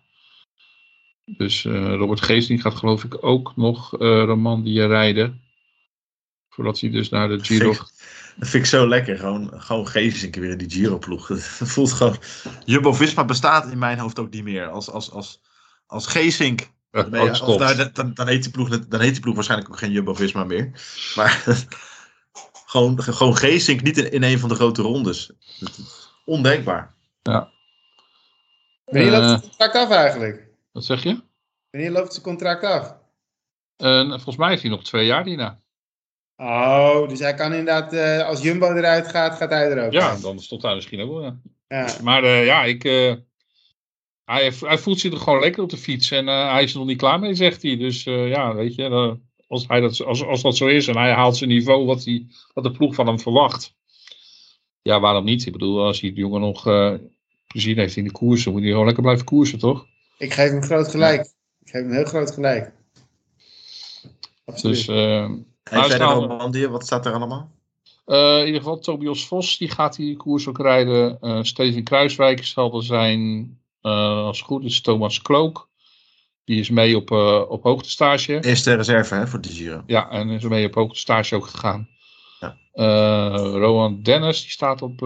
Dus Robert Geesting gaat geloof ik ook nog Romandie rijden. Voordat hij dus naar de Giro... Dat vind ik zo lekker. Gewoon Geesink weer in die Giro-ploeg. Het voelt gewoon... Jumbo-Visma bestaat in mijn hoofd ook niet meer. Als Geesink... Dan heet die ploeg waarschijnlijk ook geen Jumbo-Visma meer. Maar gewoon Geesink niet in een van de grote rondes. Ondenkbaar. Ja. Wanneer loopt zijn contract af eigenlijk? Wat zeg je? Wanneer loopt zijn contract af? Volgens mij is hij nog 2 jaar hierna. Oh, dus hij kan inderdaad, als Jumbo eruit gaat, gaat hij er ook. Ja, dan stopt hij misschien ook wel, ja. Ja. Maar hij voelt zich er gewoon lekker op de fiets. En hij is er nog niet klaar mee, zegt hij. Dus weet je, als dat zo is en hij haalt zijn niveau wat de ploeg van hem verwacht. Ja, waarom niet? Ik bedoel, als die jongen nog plezier heeft in de koersen, moet hij gewoon lekker blijven koersen, toch? Ik geef hem groot gelijk. Ik geef hem heel groot gelijk. Absoluut. Dus, wat staat er allemaal? In ieder geval Tobias Vos, die gaat die koers ook rijden. Steven Kruiswijk zal er zijn. Als het goed is Thomas Klook. Die is mee op hoogtestage. Eerste reserve hè, voor de Giro. Ja, en is mee op hoogtestage ook gegaan. Ja. Rowan Dennis, die staat op...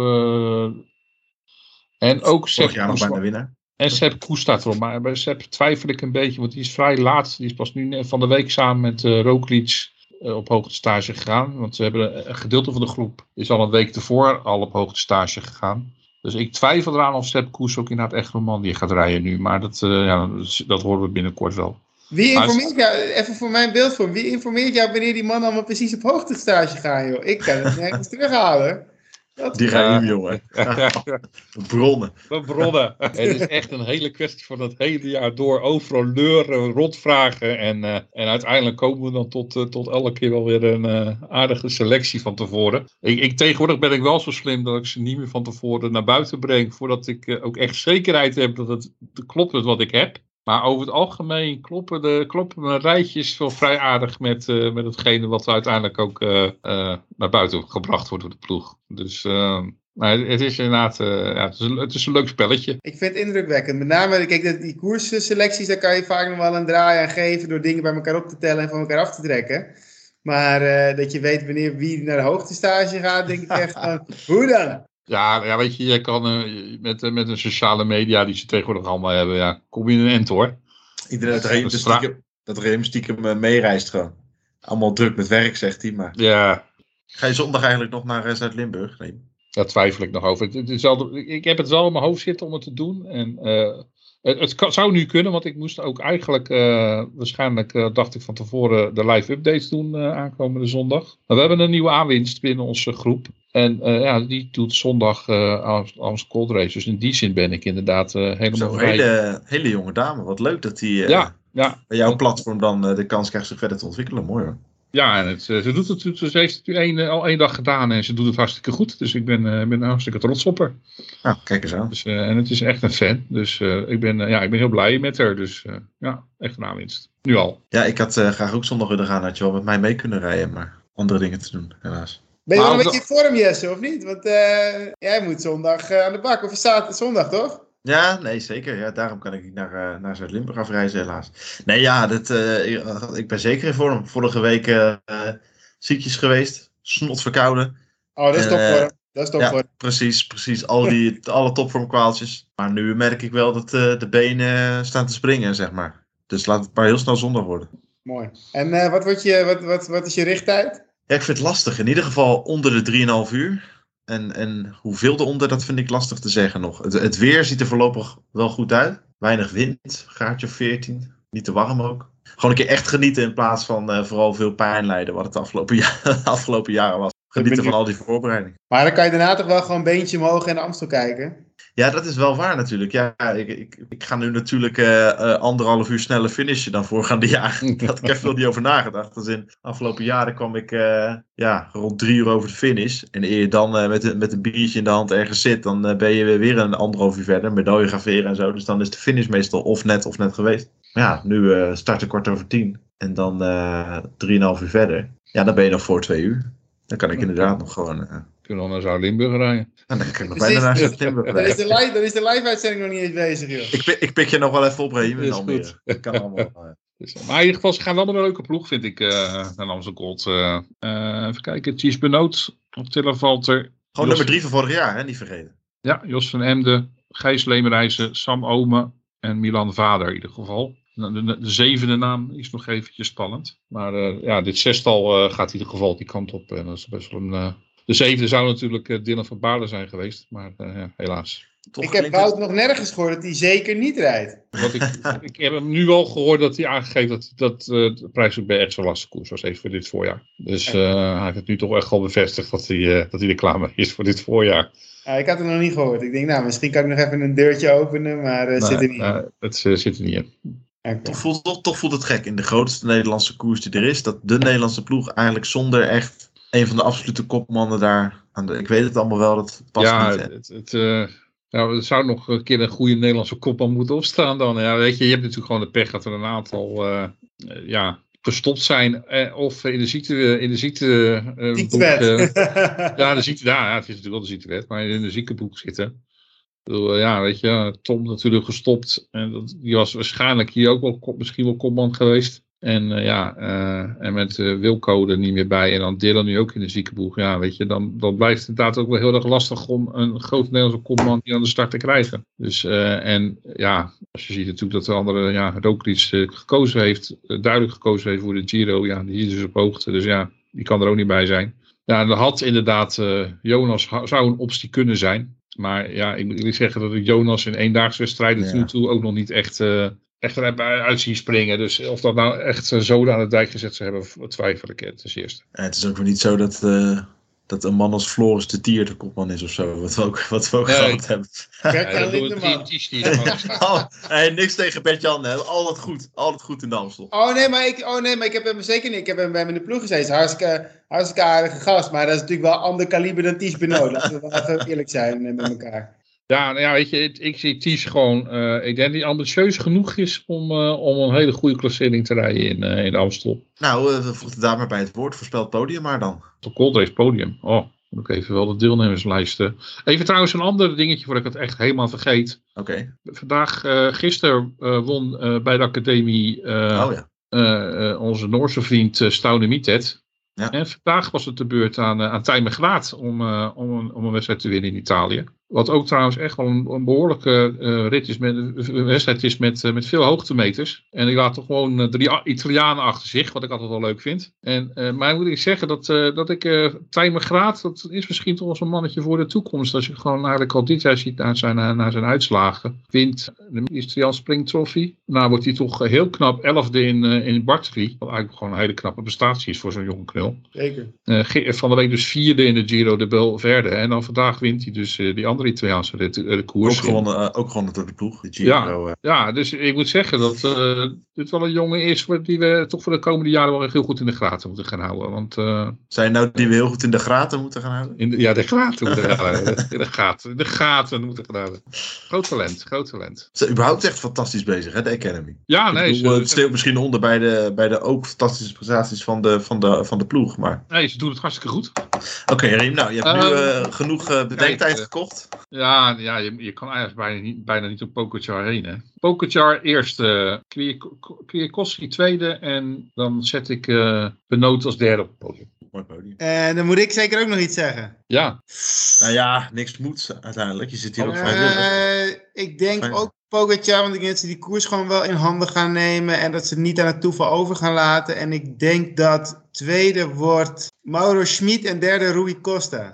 en ook Vorig jaar nog bijna winnaar. En Sepp Koes staat erop. Maar bij Sepp twijfel ik een beetje, want die is vrij laat. Die is pas nu van de week samen met Roglic op hoogtestage gegaan. Want ze hebben een gedeelte van de groep is al een week tevoren al op hoogtestage gegaan. Dus ik twijfel eraan of Sepp Koes ook inderdaad echt Romandie gaat rijden nu. Maar dat horen we binnenkort wel. Wie informeert jou, even voor mijn beeldvorm, wie informeert jou wanneer die man allemaal precies op hoogtestage gaan, joh? Ik kan het nergens terughalen. Die Raheem, jongen. Bronnen. Het is echt een hele kwestie van het hele jaar door overal leuren, rondvragen. En uiteindelijk komen we dan tot elke keer wel weer een aardige selectie van tevoren. Tegenwoordig ben ik wel zo slim dat ik ze niet meer van tevoren naar buiten breng. Voordat ik ook echt zekerheid heb dat het klopt met wat ik heb. Maar over het algemeen kloppen mijn rijtjes wel vrij aardig met hetgene wat uiteindelijk ook naar buiten gebracht wordt door de ploeg. Dus maar het is inderdaad het is een leuk spelletje. Ik vind het indrukwekkend. Met name, kijk, die koersselecties, daar kan je vaak nog wel een draai aan geven door dingen bij elkaar op te tellen en van elkaar af te trekken. Maar dat je weet wanneer wie naar de hoogtestage gaat, denk ik echt van, hoe dan? Ja, weet je kan met de sociale media die ze tegenwoordig allemaal hebben, kom je in een end hoor. Iedereen dat Reem stiekem meereist gewoon. Allemaal druk met werk, zegt hij. Maar... Ja. Ga je zondag eigenlijk nog naar Zuid-Limburg? Nee. Daar twijfel ik nog over. Ik heb het wel in mijn hoofd zitten om het te doen. En het zou nu kunnen, want ik moest ook eigenlijk waarschijnlijk dacht ik van tevoren de live updates doen aankomende zondag. Maar we hebben een nieuwe aanwinst binnen onze groep. En die doet zondag Amstel Gold Race. Dus in die zin ben ik inderdaad helemaal vrij. Hele jonge dame. Wat leuk dat die bij jouw platform dan de kans krijgt zich verder te ontwikkelen. Mooi hoor. Ja, en ze heeft het al 1 dag gedaan en ze doet het hartstikke goed. Dus ik ben hartstikke trots op haar. Nou, kijk eens aan. Dus, en het is echt een fan. Dus ik ben heel blij met haar. Dus echt een aanwinst. Nu al. Ja, ik had graag ook zondag willen gaan. Had je wel met mij mee kunnen rijden, maar andere dingen te doen, helaas. Ben je wel een beetje in vorm, Jesse, of niet? Want jij moet zondag aan de bak. Of zondag, toch? Ja, nee, zeker. Ja, daarom kan ik niet naar Zuid-Limburg afreizen, helaas. Nee, ik ben zeker in vorm. Vorige week ziekjes geweest. Snot verkouden. Oh, dat is topvorm. Dat is topvorm. Ja, precies. Alle topvormkwaaltjes. Maar nu merk ik wel dat de benen staan te springen, zeg maar. Dus laat het maar heel snel zondag worden. Mooi. En wat is je richttijd? Ja, ik vind het lastig. In ieder geval onder de 3,5 uur. En hoeveel eronder, dat vind ik lastig te zeggen nog. Het weer ziet er voorlopig wel goed uit. Weinig wind, graadje of 14. Niet te warm ook. Gewoon een keer echt genieten in plaats van vooral veel pijn lijden. Wat het de afgelopen jaren was. Genieten van al die voorbereidingen. Maar dan kan je daarna toch wel gewoon beentje omhoog en de Amstel kijken? Ja, dat is wel waar natuurlijk. Ja, ik ga nu natuurlijk 1,5 uur sneller finishen dan voorgaande jaren. Daar had ik even niet over nagedacht. Dus in de afgelopen jaren kwam ik rond 3 uur over de finish. En eer je dan met een biertje in de hand ergens zit, dan ben je weer een 1,5 uur verder. Medaille graveren en zo. Dus dan is de finish meestal of net geweest. Maar ja, nu start ik 9:15. En dan 3,5 uur verder. Ja, dan ben je nog voor 2 uur. Dan kan ik inderdaad nog gewoon... Kunnen we naar Zuid-Limburg rijden? Dan kan ik nog bijna naar Zuid-Limburg rijden. Dan is de live-uitzending nog niet eens bezig, joh. Ik pik je nog wel even op, Reem, in Almere. Dat kan allemaal. Maar in ieder geval, ze gaan wel met een leuke ploeg, vind ik, naar Amstel Gold. Even kijken, Thies Benoot op Tillervalter. Gewoon nummer 3 van vorig jaar, hè? Niet vergeten. Ja, Jos van Emden, Gijs Leemreizen, Sam Omen en Milan Vader in ieder geval. De 7e naam is nog eventjes spannend. Maar dit 6-tal gaat in ieder geval die kant op. En dat is best wel een... De 7e zou natuurlijk Dylan van Baarle zijn geweest. Maar helaas. Ik heb Wout nog nergens gehoord dat hij zeker niet rijdt. Want ik heb hem nu al gehoord dat hij aangegeven dat de prijs bij echt zo'n lastige koers was, even voor dit voorjaar. Dus hij heeft het nu toch echt al bevestigd dat hij er klaar mee is voor dit voorjaar. Ik had het nog niet gehoord. Ik denk, misschien kan ik nog even een deurtje openen, maar het zit er niet in. Het zit er niet in. Okay. Toch voelt het gek in de grootste Nederlandse koers die er is, dat de Nederlandse ploeg eigenlijk zonder echt een van de absolute kopmannen daar ik weet het allemaal wel, dat past niet. Er zou nog een keer een goede Nederlandse kopman moeten opstaan dan. Ja, weet je hebt natuurlijk gewoon de pech dat er een aantal gestopt zijn of in de ziektewet. Het is natuurlijk wel de ziektewet, maar in de ziekenboek zitten. Ik bedoel, weet je, Tom natuurlijk gestopt. En die was waarschijnlijk hier ook wel misschien wel kopman geweest. En en met Wilco er niet meer bij. En dan Dylan nu ook in de ziekenboeg. Ja, weet je, dan blijft het inderdaad ook wel heel erg lastig om een grote Nederlandse kopman hier aan de start te krijgen. Dus als je ziet natuurlijk dat de andere, Roglic duidelijk gekozen heeft voor de Giro. Ja, die is dus op hoogte. Dus die kan er ook niet bij zijn. Ja, en dan had inderdaad Jonas zou een optie kunnen zijn. Maar ik moet zeggen dat Jonas in eendaagse wedstrijden tot nu toe ook nog niet echt er hebben uit zien springen. Dus of dat nou echt zoden aan de dijk gezet zou hebben, twijfel ik ten eerste. Het is ook weer niet zo dat een man als Floris de Tier de kopman is of zo. Wat we ook gehad hebben. Niks tegen Bert-Jan. Altijd goed in de Amstel. Oh nee, maar ik heb hem zeker niet. Ik heb hem bij me in de ploeg gezeten. Hartstikke aardige gast. Maar dat is natuurlijk wel ander kaliber dan Ties Benoot. Laten we wel even eerlijk zijn met elkaar. Ja, weet je, ik zie Ties gewoon, ik denk dat hij ambitieus genoeg is om een hele goede klassering te rijden in de Amstel. Nou, voegt daar maar bij het woord, voorspel het podium maar dan. De Goldrace podium, moet ik even wel de deelnemerslijsten. Even trouwens een ander dingetje voordat ik het echt helemaal vergeet. Oké. Gisteren won bij de academie onze Noorse vriend Staune Mietet. Ja. En vandaag was het de beurt aan Tijmen Graat om een wedstrijd te winnen in Italië. Wat ook trouwens echt wel een behoorlijke wedstrijd is met veel hoogtemeters. En die laat toch gewoon 3 Italianen achter zich, wat ik altijd wel leuk vind. Maar moet ik zeggen dat ik Tijmen Graat, dat is misschien toch wel zo'n mannetje voor de toekomst. Als je gewoon eigenlijk al dit jaar ziet naar zijn uitslagen. Wint de Ministerial Spring Trophy. Nou wordt hij toch heel knap 11e in Bartoli. Wat eigenlijk gewoon een hele knappe prestatie is voor zo'n jonge knul. Zeker. Van de week dus 4e in de Giro de Belverde. En dan vandaag wint hij dus die andere Italiaanse koers. Ook gewonnen door de ploeg. De Giro, dus ik moet zeggen dat dit wel een jongen is die we toch voor de komende jaren wel heel goed in de gaten moeten gaan houden. Want, zijn nou die we heel goed in de gaten moeten gaan houden? De gaten moeten gaan houden. De gaten moeten gaan houden. Groot talent. Ze zijn überhaupt echt fantastisch bezig, hè, de Academy. Ja, het steekt misschien onder bij de ook fantastische prestaties van de ploeg. Maar... Nee, ze doen het hartstikke goed. Oké, Riem, nou, je hebt nu genoeg bedenktijd gekocht. Ja, je kan eigenlijk bijna niet op Pogačar heen. Hè. Pogačar eerste, Kwiatkowski tweede en dan zet ik Benoot als derde op het podium. Mooi podium. En dan moet ik zeker ook nog iets zeggen. Ja. Nou ja, niks moet uiteindelijk. Je zit hier ook vrijwillig. Ik denk ook Pogačar, want ik denk dat ze die koers gewoon wel in handen gaan nemen en dat ze het niet aan het toeval over gaan laten. En ik denk dat tweede wordt Mauro Schmid en derde Rui Costa.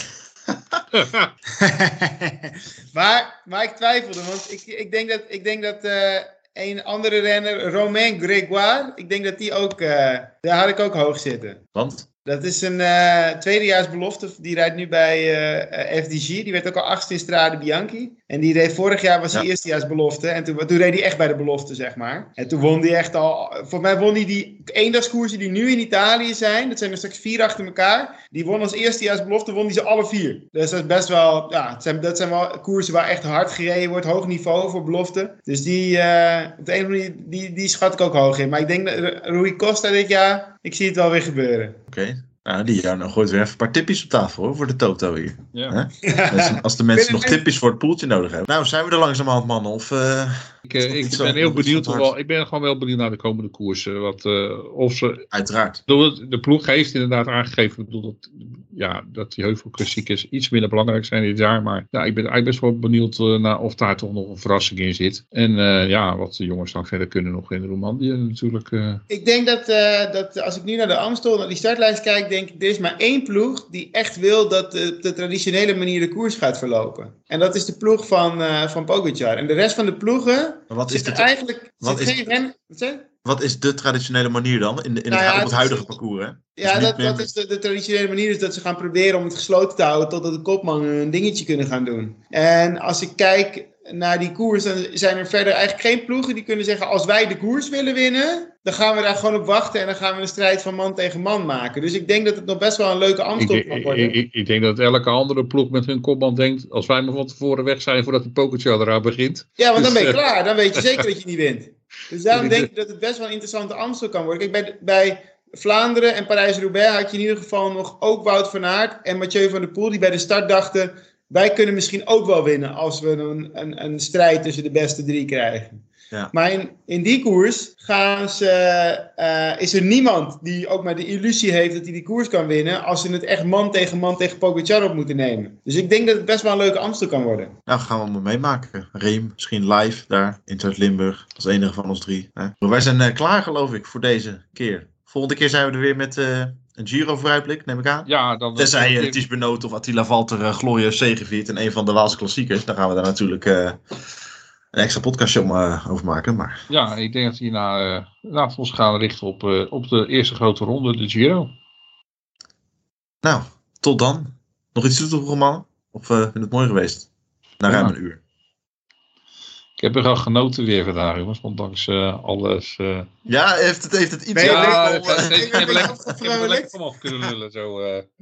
maar ik twijfelde, want ik denk dat een andere renner, Romain Grégoire, ik denk dat die ook, daar had ik ook hoog zitten. Want? Dat is een tweedejaarsbelofte. Die rijdt nu bij FDG. Die werd ook al 8e in Strade Bianchi. En die reed vorig jaar was hij eerstejaarsbelofte. En toen reed hij echt bij de belofte, zeg maar. En toen won hij echt al... Volgens mij won hij die eendagskoersen die nu in Italië zijn. Dat zijn er straks 4 achter elkaar. Die won als eerstejaarsbelofte, won hij ze alle 4. Dus dat is best wel... Ja, dat zijn wel koersen waar echt hard gereden wordt. Hoog niveau voor belofte. Dus die... op de een of andere manier, die schat ik ook hoog in. Maar ik denk dat Rui Costa dit jaar... Ik zie het wel weer gebeuren. Oké. Nou, die jaar nou gooit weer even een paar tippies op tafel hoor, voor de Toto hier. Ja. Als de mensen nog tippies voor het poeltje nodig hebben. Nou, zijn we er langzamerhand, mannen? Of, ik ben heel benieuwd. Ik ben gewoon wel benieuwd naar de komende koersen. Of ze... Uiteraard. De ploeg heeft inderdaad aangegeven dat die heuvelklassiekers iets minder belangrijk zijn dit jaar. Maar ja, ik ben eigenlijk best wel benieuwd naar of daar toch nog een verrassing in zit. En wat de jongens dan verder kunnen nog in de Romandie natuurlijk. Ik denk dat als ik nu naar de Amstel, naar die startlijst kijk, denk ik, er is maar 1 ploeg die echt wil dat op de traditionele manier de koers gaat verlopen. En dat is de ploeg van Pogacar. En de rest van de ploegen Wat is de traditionele manier dan? Op het huidige parcours, hè? Ja, dat is de traditionele manier is dat ze gaan proberen om het gesloten te houden totdat de kopmannen een dingetje kunnen gaan doen. En als ik kijk naar die koers, dan zijn er verder eigenlijk geen ploegen die kunnen zeggen, als wij de koers willen winnen, dan gaan we daar gewoon op wachten en dan gaan we een strijd van man tegen man maken. Dus ik denk dat het nog best wel een leuke Amstel kan worden. Ik denk dat elke andere ploeg met hun kopman denkt, als wij maar van tevoren weg zijn voordat de Pogacar eraan begint. Ja, want dan ben je klaar. Dan weet je zeker dat je niet wint. Dus daarom denk ik dat het best wel een interessante Amstel kan worden. Kijk, bij Vlaanderen en Parijs-Roubaix had je in ieder geval nog ook Wout van Aert en Mathieu van der Poel, die bij de start dachten, wij kunnen misschien ook wel winnen als we een strijd tussen de beste 3 krijgen. Ja. Maar in die koers is er niemand die ook maar de illusie heeft dat hij die koers kan winnen als ze het echt man tegen Pogacar op moeten nemen. Dus ik denk dat het best wel een leuke Amstel kan worden. Nou, gaan we allemaal meemaken. Reem, misschien live daar in Zuid-Limburg als enige van ons 3. Hè? Wij zijn klaar, geloof ik, voor deze keer. Volgende keer zijn we er weer met een Giro-vooruitblik, neem ik aan. Ja, dan tenzij Ties Benoot of Attila Valter glorieus zegeviert in een van de Waalse klassiekers. Dan gaan we daar natuurlijk een extra podcastje over maken. Maar... Ja, ik denk dat we laten we ons gaan richten op de eerste grote ronde, de Giro. Nou, tot dan. Nog iets toe te voegen, man? Of vind je het mooi geweest? Na ruim een uur. Ik heb er al genoten weer vandaag, jongens, ondanks alles. Ja, heeft het iets... Ik heb er lekker vanaf kunnen lullen, zo.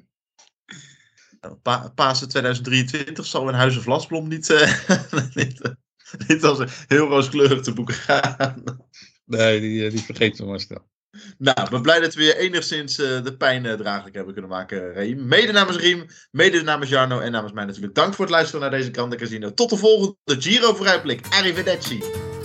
Pasen 2023 zal in Huizen Vlasblom niet als een heel rooskleurig te boeken gaan. Nee, die vergeet we maar snel. Nou, ik ben blij dat we weer enigszins de pijn draaglijk hebben kunnen maken, Reem. Mede namens Riem, mede namens Jarno en namens mij natuurlijk. Dank voor het luisteren naar deze Grande Casino. Tot de volgende Giro vooruitblik. Arrivederci.